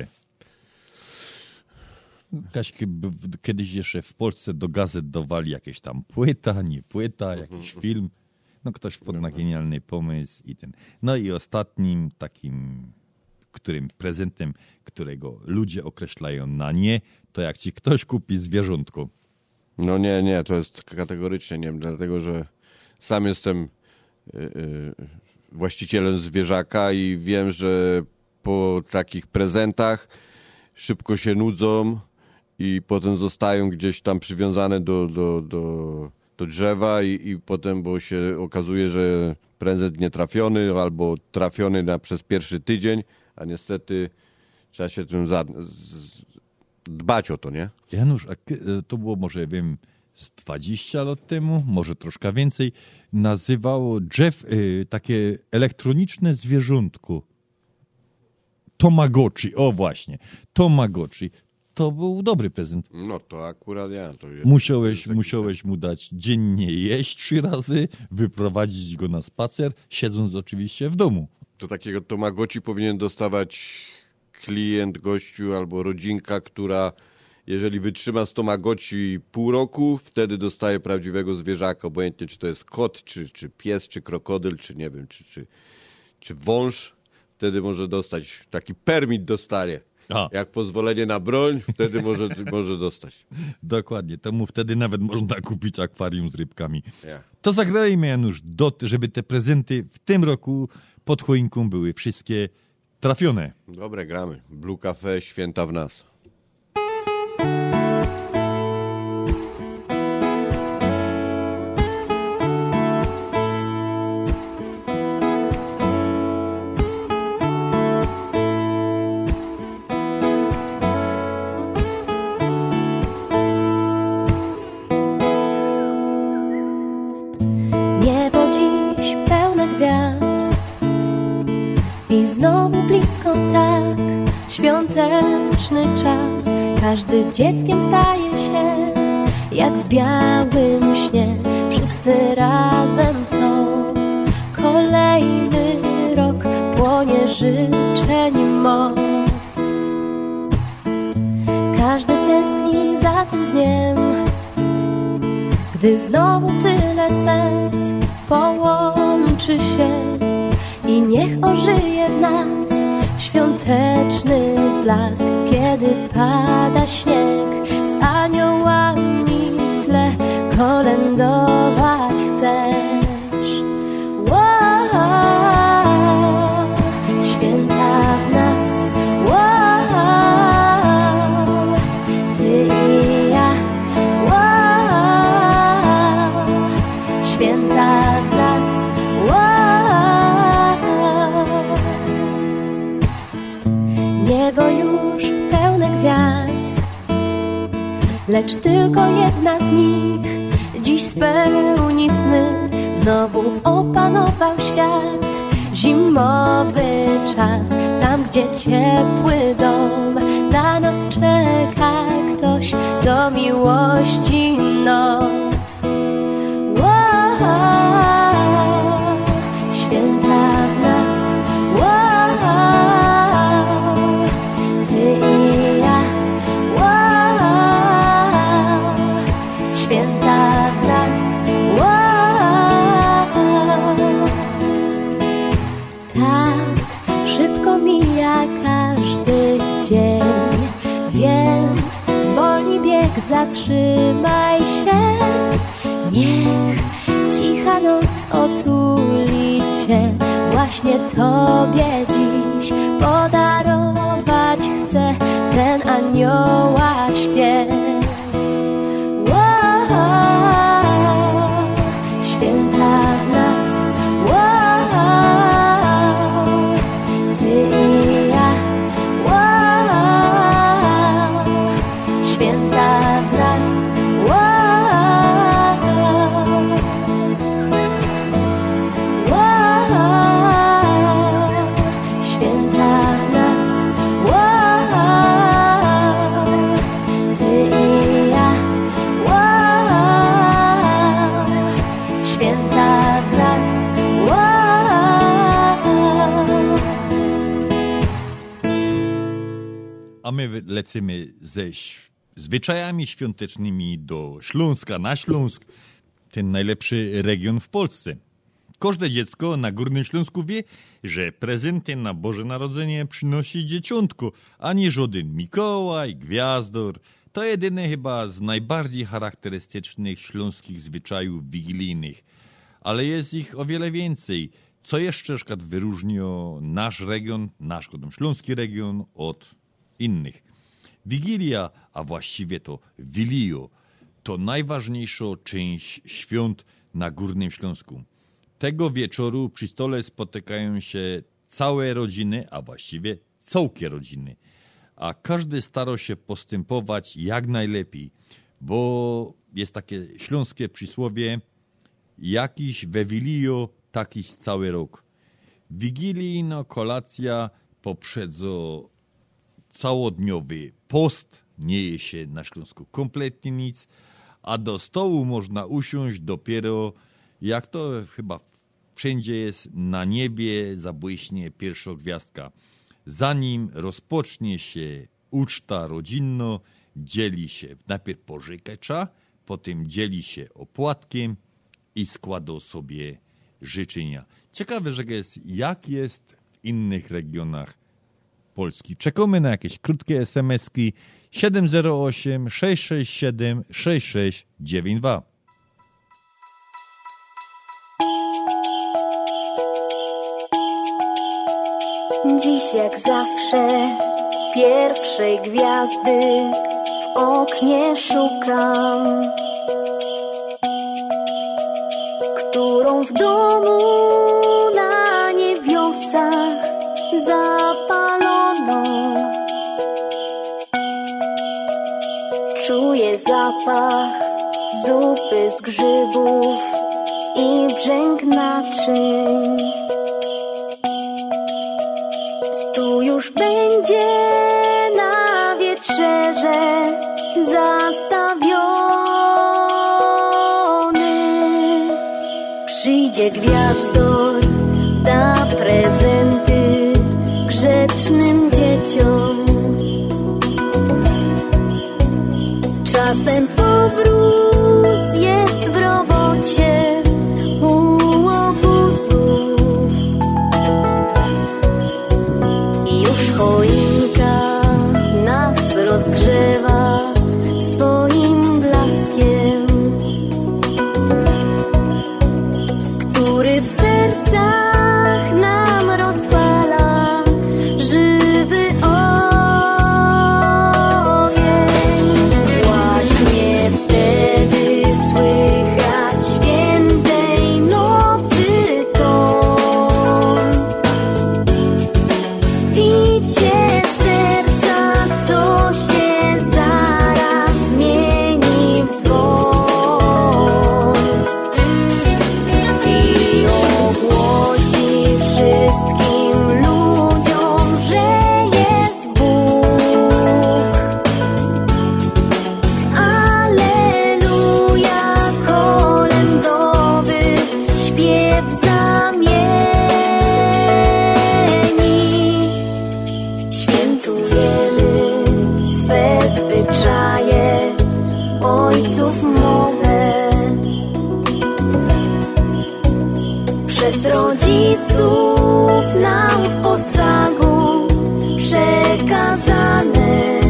Kaś, kiedyś jeszcze w Polsce do gazet dawali jakieś tam płyta, nie płyta, jakiś film. No ktoś wpadł na genialny pomysł i ten. No i ostatnim takim, którym prezentem, którego ludzie określają na nie, to jak ci ktoś kupi zwierzątko. No nie, nie, to jest kategorycznie nie, dlatego że sam jestem yy, yy, właścicielem zwierzaka i wiem, że po takich prezentach szybko się nudzą i potem zostają gdzieś tam przywiązane do, do, do, do drzewa i, i potem, bo się okazuje, że prezent nie trafiony albo trafiony na, przez pierwszy tydzień, a niestety trzeba się tym za, z, dbać o to, nie? Janusz, a to było może, wiem, z dwadzieścia lat temu, może troszkę więcej, nazywało drzew y, takie elektroniczne zwierzątko. Tamagotchi, o właśnie, Tamagotchi. To był dobry prezent. No to akurat ja. To jest, musiałeś to jest musiałeś mu dać dziennie jeść trzy razy, wyprowadzić go na spacer, siedząc oczywiście w domu. To takiego Tamagotchi powinien dostawać klient, gościu albo rodzinka, która jeżeli wytrzyma z Tamagotchi pół roku, wtedy dostaje prawdziwego zwierzaka, obojętnie czy to jest kot, czy, czy pies, czy krokodyl, czy nie wiem, czy, czy, czy wąż. Wtedy może dostać, taki permit dostaje. A. Jak pozwolenie na broń, wtedy może, może dostać. Dokładnie, to mu wtedy nawet można kupić akwarium z rybkami. Ja. To zagrajmy, Janusz, do, żeby te prezenty w tym roku pod choinką były wszystkie trafione. Dobre, gramy. Blue Cafe, święta w nas. I znowu blisko tak, świąteczny czas. Każdy dzieckiem staje się, jak w białym śnie. Wszyscy razem są, kolejny rok płonie życzeń moc. Każdy tęskni za tym dniem, gdy znowu tyle serc połączy się. I niech ożyje w nas świąteczny blask, kiedy pada śnieg z aniołami w tle kolędować chcesz. Wow, święta w nas, wow, ty i ja, wow, święta w nas, wow. Niebo już pełne gwiazd, lecz tylko jedna z nich dziś spełni sny. Znowu opanował świat zimowy czas, tam gdzie ciepły dom na nas czeka ktoś do miłości noc. Wow, święta w nas, wow, ty i ja, wow, święta w nas, wow. Tak szybko mija każdy dzień, więc zwolnij bieg, zatrzymaj się. Niech cicha noc otuli cię, właśnie tobie dziś podarować chcę ten anioła śpiew. Wow, święta w nas, wow, ty i ja, wow, święta w nas, wow. A my lecimy ze zwyczajami świątecznymi do Śląska, na Śląsk, ten najlepszy region w Polsce. Każde dziecko na Górnym Śląsku wie, że prezenty na Boże Narodzenie przynosi dzieciątko, a nie żaden Mikołaj, Gwiazdor. To jedyne chyba z najbardziej charakterystycznych śląskich zwyczajów wigilijnych. Ale jest ich o wiele więcej. Co jeszcze na przykład wyróżnia nasz region, nasz śląski region od innych. Wigilia, a właściwie to Wilio, to najważniejsza część świąt na Górnym Śląsku. Tego wieczoru przy stole spotykają się całe rodziny, a właściwie całkie rodziny. A każdy stara się postępować jak najlepiej, bo jest takie śląskie przysłowie: jakiś we Wilio, takiś cały rok. Wigilijna kolacja poprzedza całodniowy post, nie je się na Śląsku kompletnie nic, a do stołu można usiąść dopiero, jak to chyba wszędzie jest, na niebie zabłyśnie pierwsza gwiazdka. Zanim rozpocznie się uczta rodzinna, dzieli się najpierw pożyczka, potem dzieli się opłatkiem i składa sobie życzenia. Ciekawe, że jest, jak jest w innych regionach Polski. Czekamy na jakieś krótkie es em eski siedem zero osiem sześć sześć siedem sześć sześć dziewięć dwa. Dziś jak zawsze pierwszej gwiazdy w oknie szukam, którą w domu na niebiosach zapalono. Czuję zapach zupy z grzybów i brzęk naczyń. Stół już będzie na wieczerze zastawiony. Przyjdzie gwiazdor, da prezenty grzecznym dzieciom. Czasem powróz jest w robocie u obozów. I już choinka nas rozgrzewa swoim blaskiem, który w sercach nam rozpala żywy ogień. Właśnie wtedy śpiew zamieni. Świętujemy swe zwyczaje, ojców mowę, przez rodziców nam w posagu przekazane.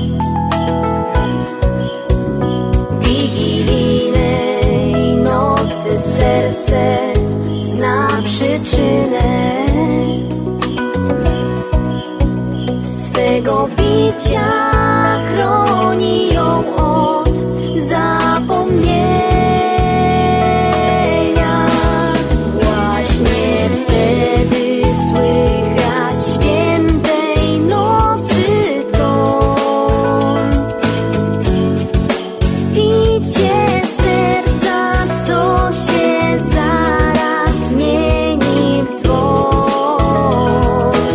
Wigilijnej nocy serce zna przyczynę swego bicia, chroni ją od zapomnienia. Właśnie wtedy słychać świętej nocy ton, bicie serca, co się zaraz zmieni w dzwon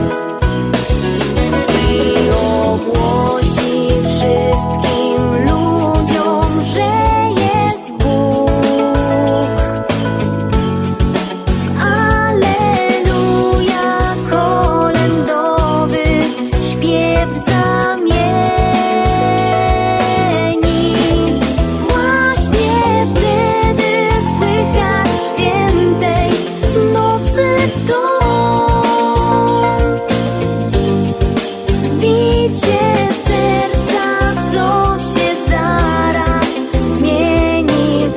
i ogłosi wszystkim ludziom, że jest Bóg. Alleluja, kolędowy śpiew zamieni. Właśnie wtedy słychać świętej nocy ton, bicie serca, co się zaraz zmieni w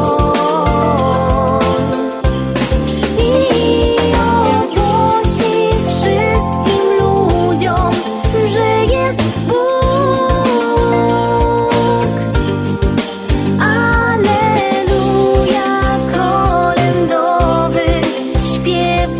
dzwon i ogłosi wszystkim ludziom, że jest Bóg. Alleluja, kolędowy śpiew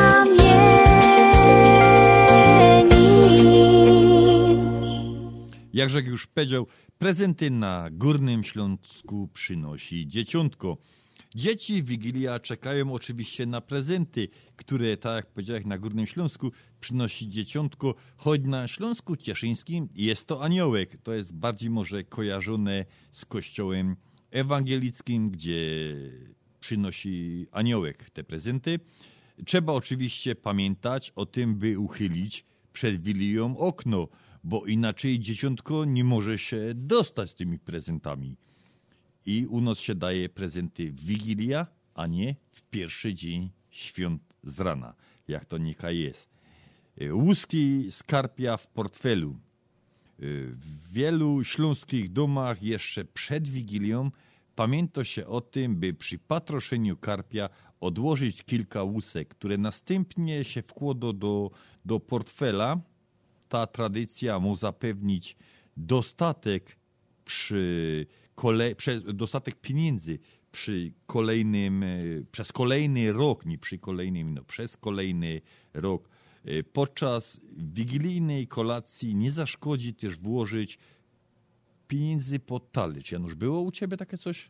zamieni. Jak Żek już powiedział, prezenty na Górnym Śląsku przynosi dzieciątko. Dzieci w Wigilia czekają oczywiście na prezenty, które, tak jak powiedziałem, na Górnym Śląsku przynosi dzieciątko, choć na Śląsku Cieszyńskim jest to aniołek. To jest bardziej może kojarzone z kościołem ewangelickim, gdzie przynosi aniołek te prezenty. Trzeba oczywiście pamiętać o tym, by uchylić przed Wigilią okno, bo inaczej dzieciątko nie może się dostać z tymi prezentami. I u nas się daje prezenty w Wigilia, a nie w pierwszy dzień świąt z rana, jak to niechaj jest. Łuski skarpia w portfelu. W wielu śląskich domach jeszcze przed Wigilią pamięta się o tym, by przy patroszeniu karpia odłożyć kilka łusek, które następnie się wkłada do, do portfela. Ta tradycja mu zapewnić dostatek przy kole, przez, dostatek pieniędzy przy kolejnym, przez kolejny rok, nie przy kolejnym, no przez kolejny rok. Podczas wigilijnej kolacji nie zaszkodzi też włożyć pieniędzy pod talerz. Janusz, było u ciebie takie coś?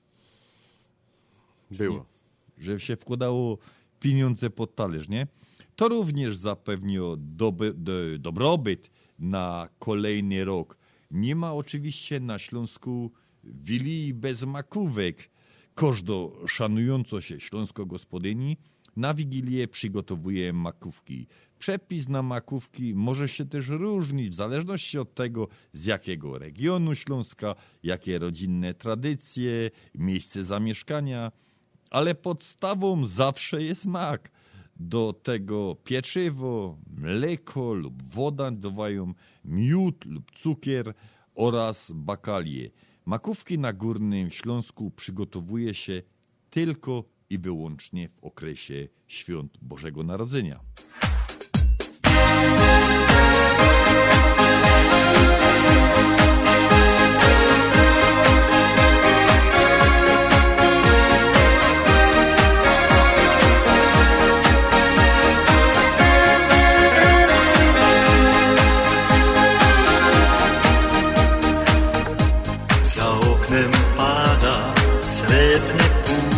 Było. Że się wkładało pieniądze pod talerz, nie? To również zapewniło doby, do, dobrobyt na kolejny rok. Nie ma oczywiście na Śląsku wili bez makówek. Każdo szanująco się śląsko gospodyni na Wigilię przygotowuje makówki. Przepis na makówki może się też różnić w zależności od tego, z jakiego regionu Śląska, jakie rodzinne tradycje, miejsce zamieszkania, ale podstawą zawsze jest mak. Do tego pieczywo, mleko lub woda dodają miód lub cukier oraz bakalie. Makówki na Górnym Śląsku przygotowuje się tylko i wyłącznie w okresie świąt Bożego Narodzenia. Za oknem pada srebrny pół,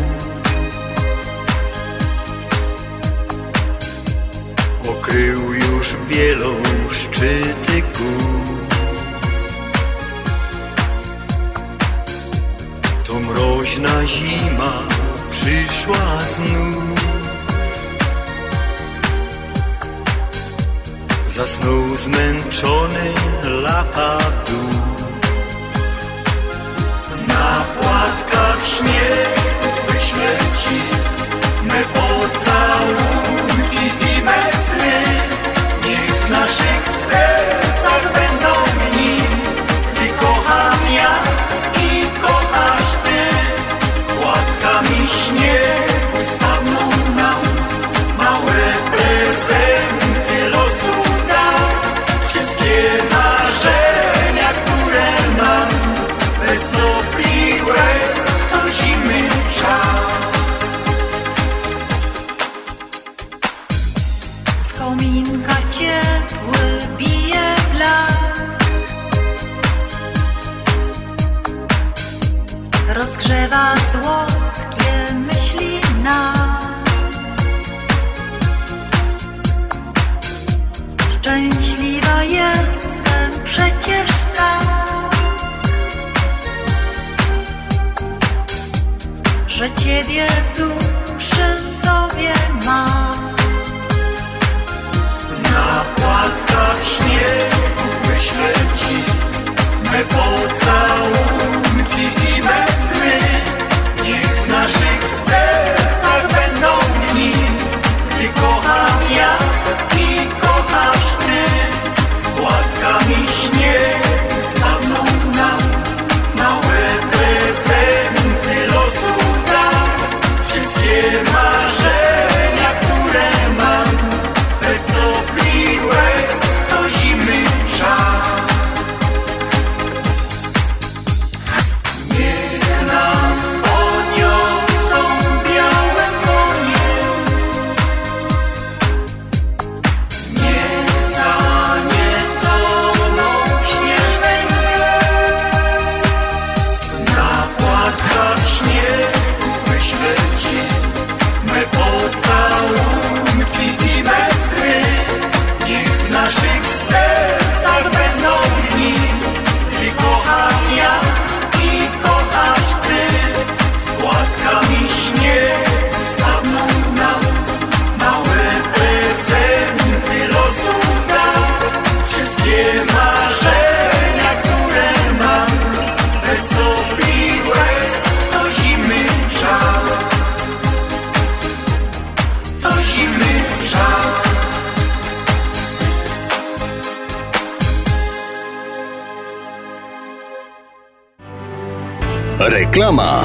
okrył już bielą szczyty gór. To mroźna zima przyszła znów, Zasnął zmęczony lata dół. Na płatkach śnieg wyślę ci me pocałunki i me sny. Niech w naszych sercach będą dni, gdy kocham ja i kochasz ty. Z płatkami śniegu spadną nam małe prezenty losu da. Wszystkie marzenia, które mam, bez sopli łez to zimy żal. Z kominka ciepły bije blask, rozgrzewa słodkie myśli nas. Szczęśliwa jestem przecież tak, że ciebie tu przy sobie mam. Na płatkach śniegu wyślę ci me pocałunki i me sny. Niech w naszych sercach będą dni, gdy kocham ja i kochasz ty. Z płatkami śniegu spadną nam małe prezenty losu da. Wszystkie marzenia, które mam, bez sopli łez to zimy żal. Niech nas poniosą białe konie, niech za nie toną w śnieżnej mgle. Na płatkach śniegu wyślę ci me pocałunki i me sny. Niech w naszych sercach będą dni, gdy kocham ja i kochasz ty. Z płatkami śniegu spadną nam małe prezenty losu da. Wszystkie marzenia, które mam, bez sopli łez to zimy żal. To zimy żal. Reklama.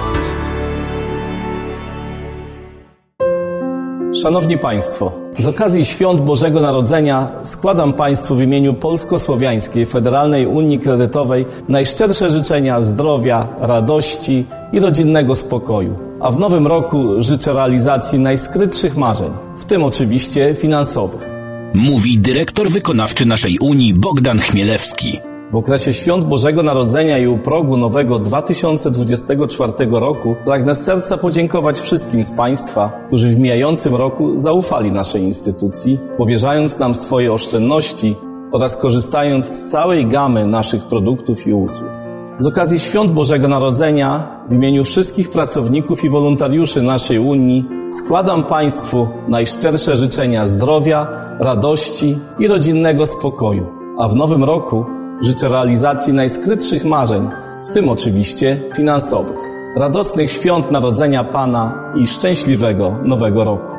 Szanowni Państwo, z okazji Świąt Bożego Narodzenia składam Państwu w imieniu Polsko-Słowiańskiej Federalnej Unii Kredytowej najszczersze życzenia zdrowia, radości i rodzinnego spokoju. A w nowym roku życzę realizacji najskrytszych marzeń, w tym oczywiście finansowych. Mówi dyrektor wykonawczy naszej Unii Bogdan Chmielewski. W okresie Świąt Bożego Narodzenia i u progu nowego dwa tysiące dwudziestego czwartego roku pragnę z serca podziękować wszystkim z Państwa, którzy w mijającym roku zaufali naszej instytucji, powierzając nam swoje oszczędności oraz korzystając z całej gamy naszych produktów i usług. Z okazji Świąt Bożego Narodzenia w imieniu wszystkich pracowników i wolontariuszy naszej Unii składam Państwu najszczersze życzenia zdrowia, radości i rodzinnego spokoju, a w nowym roku życzę realizacji najskrytszych marzeń, w tym oczywiście finansowych. Radosnych świąt Narodzenia Pana i szczęśliwego Nowego Roku.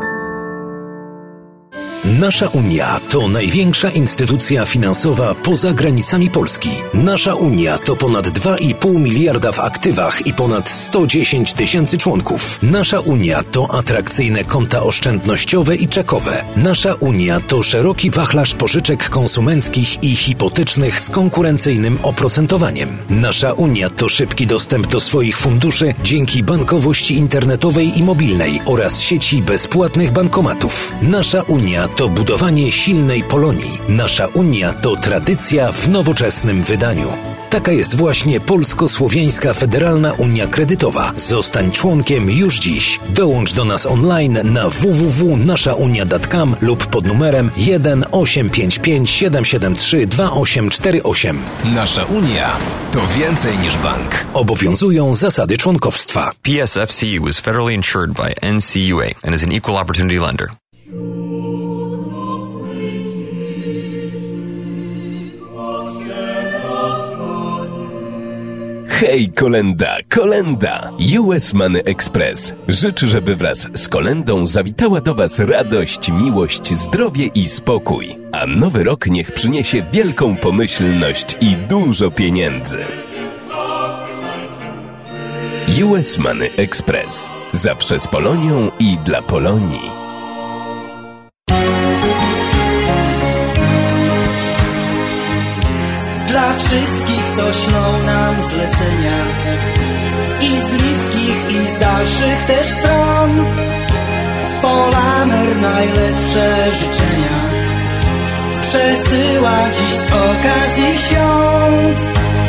Nasza Unia to największa instytucja finansowa poza granicami Polski. Nasza Unia to ponad dwa i pół miliarda w aktywach i ponad sto dziesięć tysięcy członków. Nasza Unia to atrakcyjne konta oszczędnościowe i czekowe. Nasza Unia to szeroki wachlarz pożyczek konsumenckich i hipotecznych z konkurencyjnym oprocentowaniem. Nasza Unia to szybki dostęp do swoich funduszy dzięki bankowości internetowej i mobilnej oraz sieci bezpłatnych bankomatów. Nasza Unia to budowanie silnej Polonii. Nasza Unia to tradycja w nowoczesnym wydaniu. Taka jest właśnie Polsko-Słowiańska Federalna Unia Kredytowa. Zostań członkiem już dziś. Dołącz do nas online na w w w kropka nasza unia kropka com lub pod numerem jeden osiem pięć pięć siedem siedem trzy dwa osiem cztery osiem. Nasza Unia to więcej niż bank. Obowiązują zasady członkowstwa. P S F C U is federally insured by N C U A and is an equal opportunity lender. Hej, kolenda, kolenda! U S Money Express życzy, żeby wraz z kolendą zawitała do Was radość, miłość, zdrowie i spokój. A nowy rok niech przyniesie wielką pomyślność i dużo pieniędzy. U S Money Express. Zawsze z Polonią i dla Polonii. Dla wszystkich, co ślą nam zlecenia, i z bliskich, i z dalszych też stron, Polamer najlepsze życzenia przesyła dziś z okazji świąt.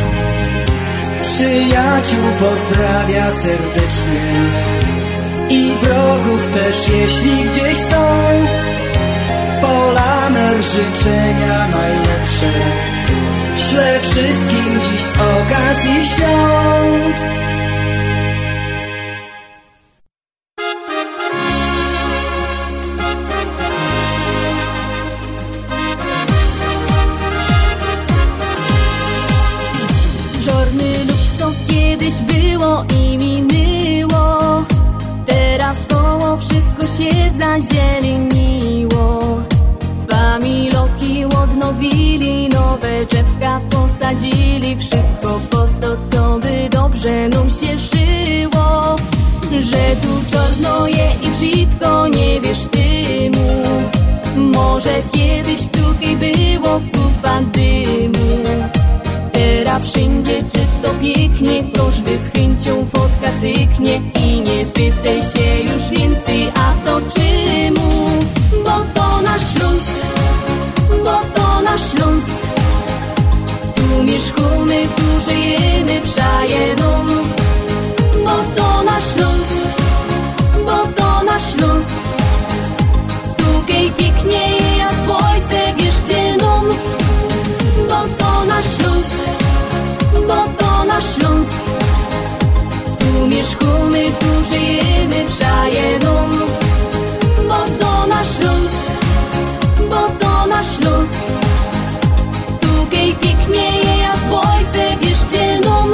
Przyjaciół pozdrawia serdecznie i wrogów też, jeśli gdzieś są. Polamer życzenia najlepsze ślę wszystkim dziś z okazji świąt. Czarny lub to kiedyś było i minęło, teraz koło wszystko się zazieleniło. Familoki odnowili, nowe drzewka posadzili, wszystko po to, co by dobrze nam się żyło. Że tu czarno je i brzydko, nie wiesz tymu, może kiedyś tutaj było kupa dymu. Teraz wszędzie czysto, pięknie, każdy z chęcią fotka cyknie. I nie pytaj się już więcej, a to czemu? Bo to nasz Śląsk, bo to nasz Śląsk. Tu mieszkamy, tu żyjemy, przajeną. Bo to nasz Śląsk, bo to nasz Śląsk. Tutaj pięknie jak w ojce, wierzcie nam. Bo to nasz Śląsk, bo to nasz Śląsk. Tu mieszkamy, tu żyjemy, przajeną. Bo to nasz Śląsk, bo to nasz Śląsk. Tutaj pięknie jak w ojce, wierzcie nam.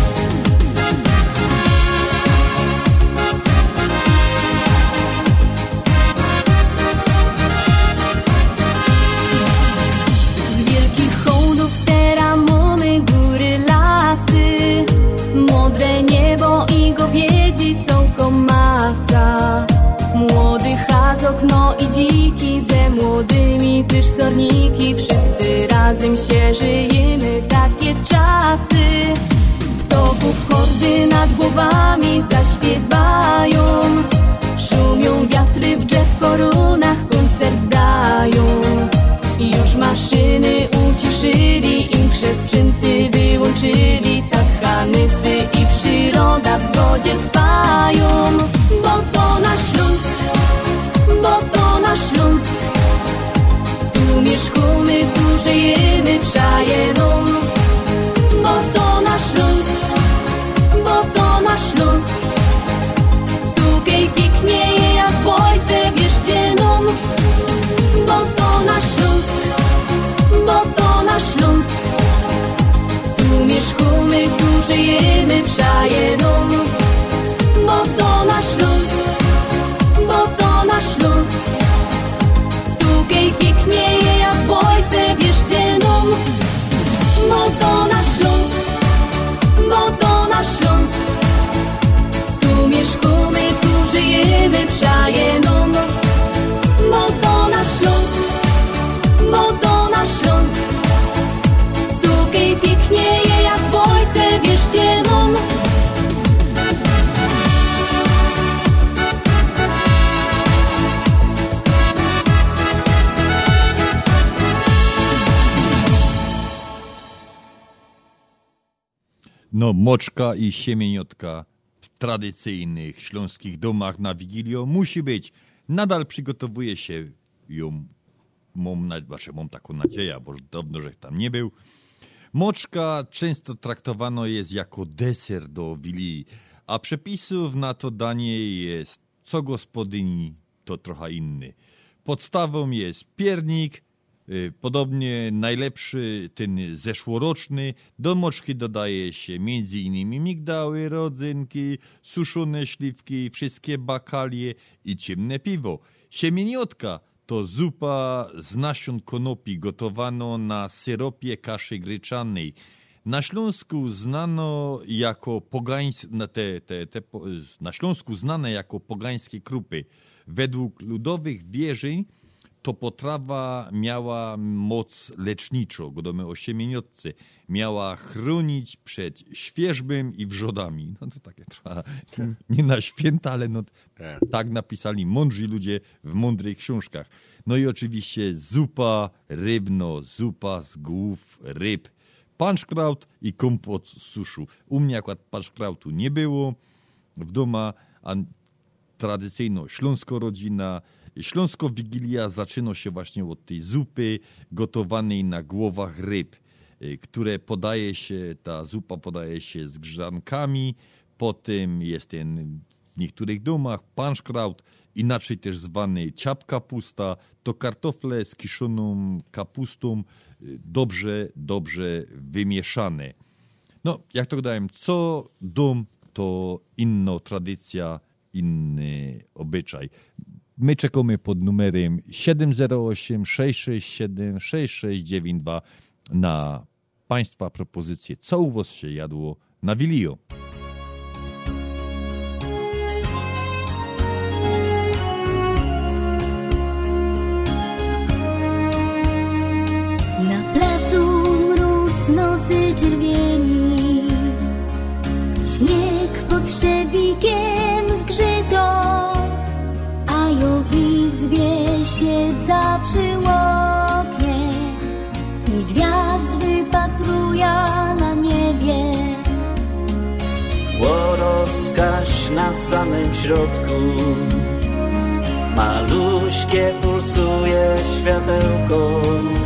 Z wielkich hołdów teraz mamy góry, lasy, modre niebo i gowiedzi całką masa. Młody hazok, no i dziki, ze młodymi też sorniki. Wszyscy razem się żyjemy, takie czasy. Ptoków hordy nad głowami zaśpiewają, szumią wiatry w drzew korunach, koncert dają. I już maszyny uciszyli, im sprzęty wyłączyli. Tak hanysy i przyroda w zgodzie trwają. Bo to nasz Śląsk, bo to nasz Śląsk. Tu mieszkamy, tu żyjemy, przajeną. Bo to nasz Śląsk, bo to nasz Śląsk. Tutaj pięknie jak w ojce, wierzcie nam. Bo to nasz Śląsk, bo to nasz Śląsk. Tu mieszkamy, tu żyjemy, przajeną. Bo to nasz Śląsk, bo to nasz Śląsk. Tutaj pięknie jak w ojce, wierzcie nam. Bo to nasz Śląsk, bo to nasz Śląsk. Tu mieszkamy, tu żyjemy, przajeną. Bo to nasz Śląsk, bo to nasz Śląsk. Tutaj pięknie jak w ojce, wierzcie nam. No, moczka i siemieniotka w tradycyjnych śląskich domach na Wigilię musi być. Nadal przygotowuje się ją, mam, na, znaczy, mam taką nadzieję, bo już dawno, że tam nie był. Moczka często traktowano jest jako deser do Wigilii, a przepisów na to danie jest co gospodyni, to trochę inny. Podstawą jest piernik, Podobnie najlepszy, ten zeszłoroczny, do moczki dodaje się między innymi migdały, rodzynki, suszone śliwki, wszystkie bakalie i ciemne piwo. Siemieniotka to zupa z nasion konopi gotowano na syropie kaszy gryczanej. Na Śląsku znano jako pogańs... te, te, te, na Śląsku znane jako pogańskie krupy. Według ludowych wierzeń to potrawa miała moc leczniczą, godamy o siemieniotce. Miała chronić przed świerzbem i wrzodami. No to takie trochę nie na święta, ale no, tak napisali mądrzy ludzie w mądrych książkach. No i oczywiście zupa rybno, zupa z głów ryb. Panszkraut i kompot z suszu. U mnie akurat panszkrautu nie było w domu, a tradycyjno śląsko rodzina. Śląsko Wigilia zaczyna się właśnie od tej zupy gotowanej na głowach ryb, które podaje się, ta zupa podaje się z grzankami, potem jest ten w niektórych domach panszkraut, inaczej też zwany ciap kapusta, to kartofle z kiszoną kapustą, dobrze, dobrze wymieszane. No, jak to dodałem, co dom, to inna tradycja, inny obyczaj. My czekamy pod numerem siedem zero osiem sześć sześć siedem sześć sześć dziewięć dwa na Państwa propozycję, co u Was się jadło na Wigilię. Na placu mróz, nosy czerwieni, śnieg pod szczewikiem zgrzyto, a ja w izbie siedza przy oknie i gwiazd wypatruja na niebie. Łoroskaś na samym środku, maluśkie pulsuje światełko.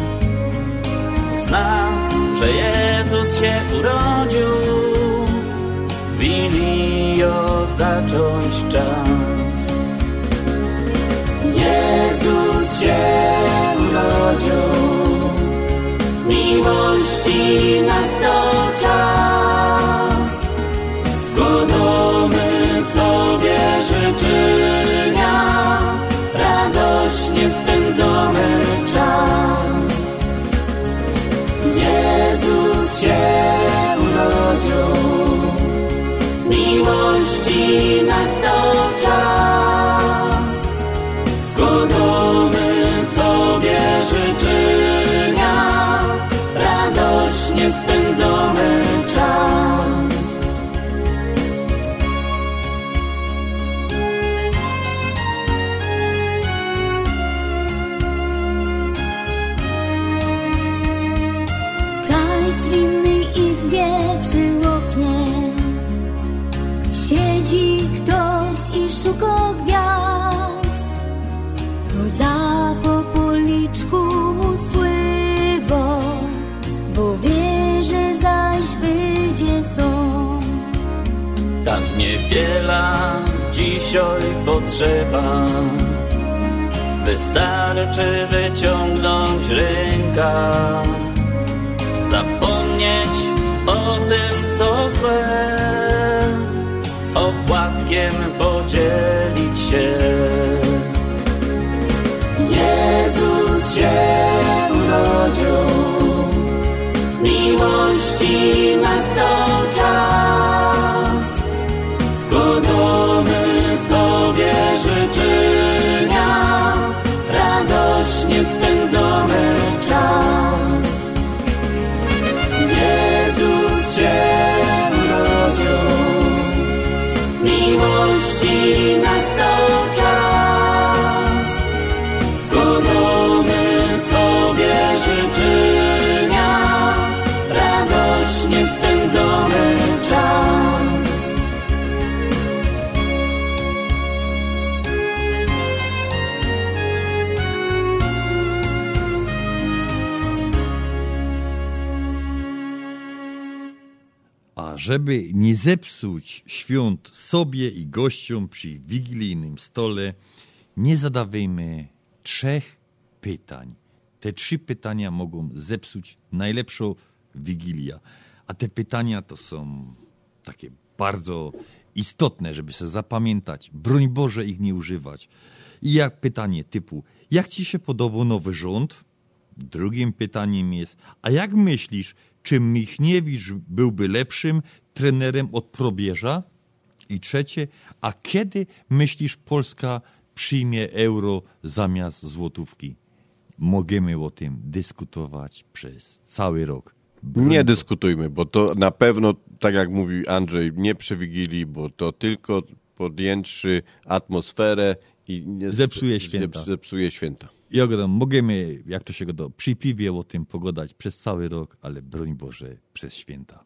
Znak, że Jezus się urodził, Wigilio zacząć czas. Jezus się urodził, miłości nastał czas. Składamy sobie życzenia, radośnie spędzamy czas. Jezus się urodził, miłości nastał czas. Składamy sobie życzenia, radośnie spędzamy czas. Kaś w innej izbie przy oknie siedzi ktoś i szuka gwiazd. Za po policzku mu spływa, bo wie, że zaś będzie są. Tak niewiele dzisiaj potrzeba, wystarczy wyciągnąć rękę, zapomnieć o tym, co złe, opłatkiem podzielić się. Jezus się urodził, miłości nastał czas. Składamy sobie życzenia, radośnie spędzamy czas. Jezus się urodził, miłości nastał czas. Składamy sobie życzenia, radośnie spędzamy czas. A żeby nie zepsuć świąt sobie i gościom przy wigilijnym stole, nie zadawajmy trzech pytań, Te trzy pytania mogą zepsuć najlepszą Wigilię. A te pytania to są takie bardzo istotne, żeby sobie zapamiętać. Broń Boże ich nie używać. I jak pytanie typu, jak ci się podobał nowy rząd? Drugim pytaniem jest, a jak myślisz, czy Michniewicz byłby lepszym trenerem od Probierza? I trzecie, a kiedy myślisz Polska przyjmie euro zamiast złotówki? Możemy o tym dyskutować przez cały rok. Broń Nie Boże. dyskutujmy, bo to na pewno, tak jak mówi Andrzej, nie przy Wigilii, bo to tylko podjętszy atmosferę i nie Zepsuje święta. Zepsuje święta. I ogadam, możemy, jak to się go przy piwie o tym pogadać przez cały rok, ale broń Boże, przez święta.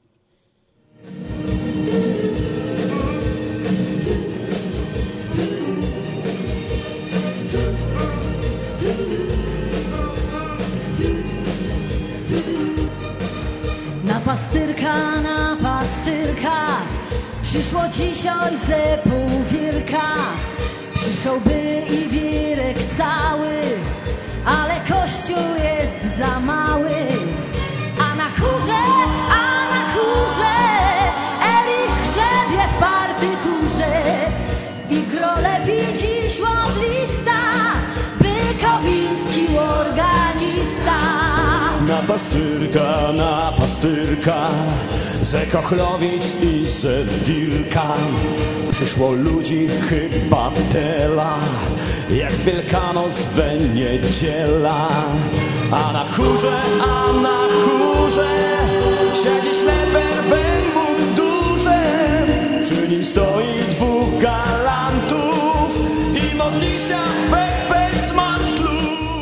Na pastyrka, na pastyrka przyszło dzisiaj ze pół wielka. Przyszłby i wirek cały, ale kościół jest za mały. A na chórze, a na chórze Erich grzebie w partyturze i gro lepi dziś łoblista, Bykowilski organista. Na pastyrka, na pastyrka, ze Kochlowic i ze Wilka przyszło ludzi chyba tela, jak Wielkanoc we niedziela. A na chórze, a na chórze siedzi śleper w mundurze, przy nim stoi dwóch galantów i modli się Pepe z mantlu.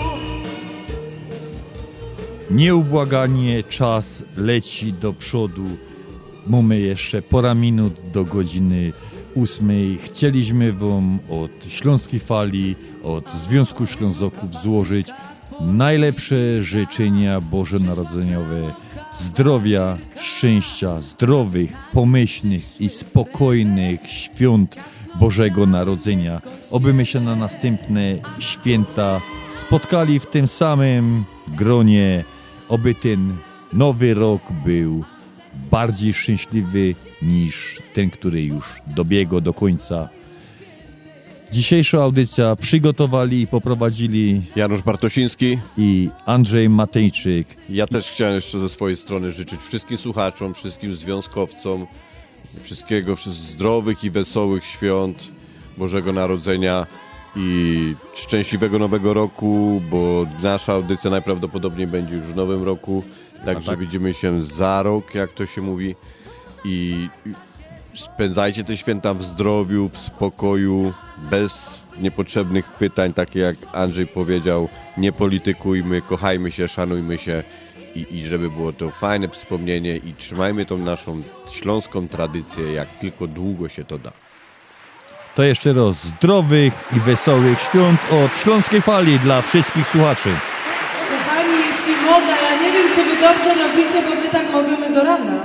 Nieubłaganie czas leci do przodu. Mamy jeszcze pora minut do godziny ósmej. Chcieliśmy wam od Śląskiej Fali, od Związku Ślązoków złożyć najlepsze życzenia bożonarodzeniowe, zdrowia, szczęścia, zdrowych, pomyślnych i spokojnych świąt Bożego Narodzenia. Obyśmy się na następne święta spotkali w tym samym gronie, oby ten nowy rok był bardziej szczęśliwy niż ten, który już dobiegł do końca. Dzisiejszą audycję przygotowali i poprowadzili Janusz Bartosiński i Andrzej Matejczyk. Ja też chciałem jeszcze ze swojej strony życzyć wszystkim słuchaczom, wszystkim związkowcom wszystkiego, wszystkich zdrowych i wesołych świąt Bożego Narodzenia i szczęśliwego Nowego Roku, bo nasza audycja najprawdopodobniej będzie już w Nowym Roku, także tak. Widzimy się za rok, jak to się mówi, i spędzajcie te święta w zdrowiu, w spokoju, bez niepotrzebnych pytań, takie jak Andrzej powiedział, nie politykujmy, kochajmy się, szanujmy się i, i żeby było to fajne wspomnienie i trzymajmy tą naszą śląską tradycję, jak tylko długo się to da. To jeszcze raz zdrowych i wesołych świąt od Śląskiej Fali dla wszystkich słuchaczy. Kochani, jeśli mogę, ja nie wiem, czy wy dobrze robicie, bo my tak możemy do rana.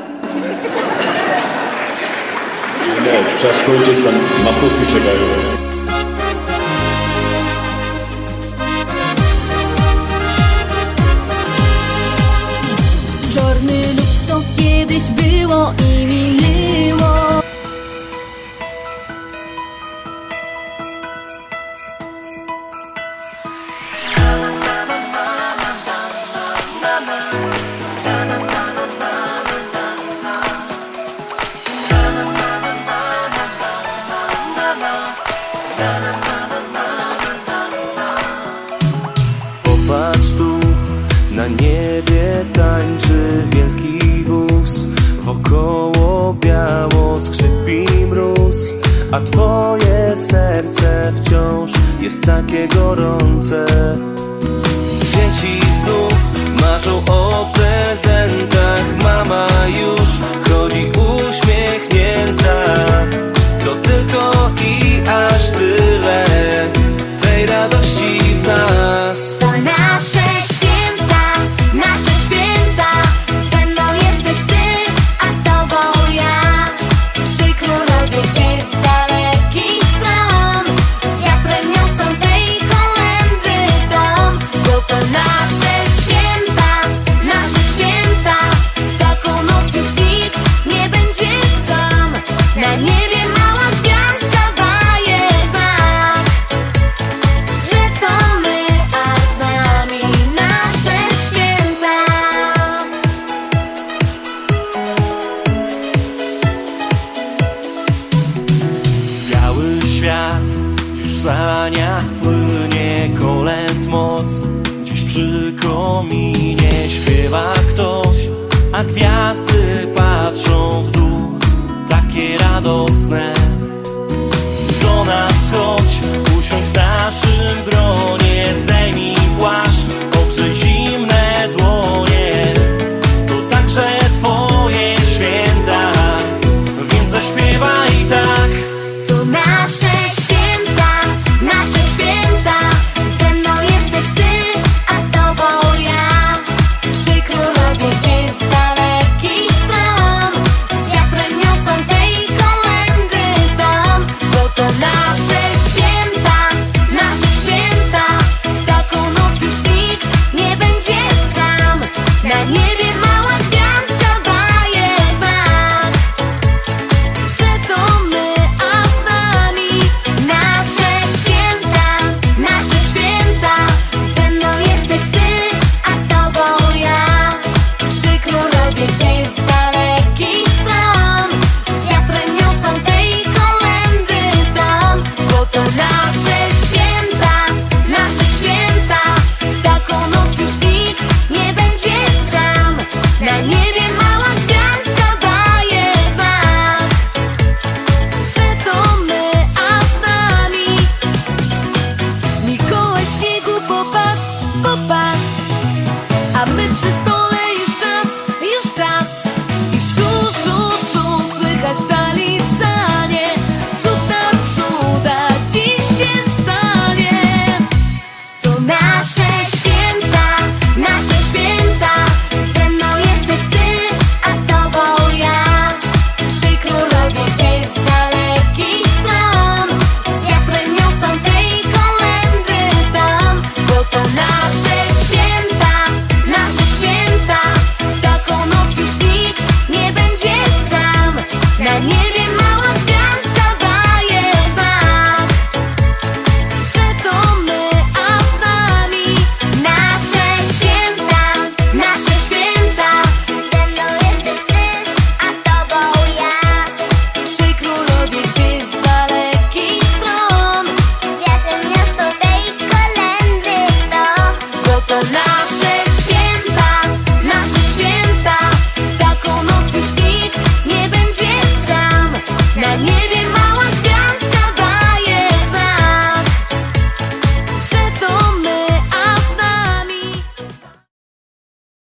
Nie, czas kończyć, tam machówki czekają. Czarny luz to kiedyś było i minęło. Popatrz tu, na niebie tańczy wielki wóz, wokoło biało skrzypi mróz, a twoje serce wciąż jest takie gorące. Dzieci znów marzą o prezentach, mama już chodzi uśmiechnięta. To tylko i aż tyle tej radości w nas. To nasze święta, nasze święta. Ze mną jesteś ty, a z tobą ja. Trzej królowie gdzieś z dalekich stron, z wiatrem niosą tej kolędy do saniach płynie kolęd moc. Dziś przy kominie śpiewa ktoś, a gwiazdy patrzą w dół, takie radosne.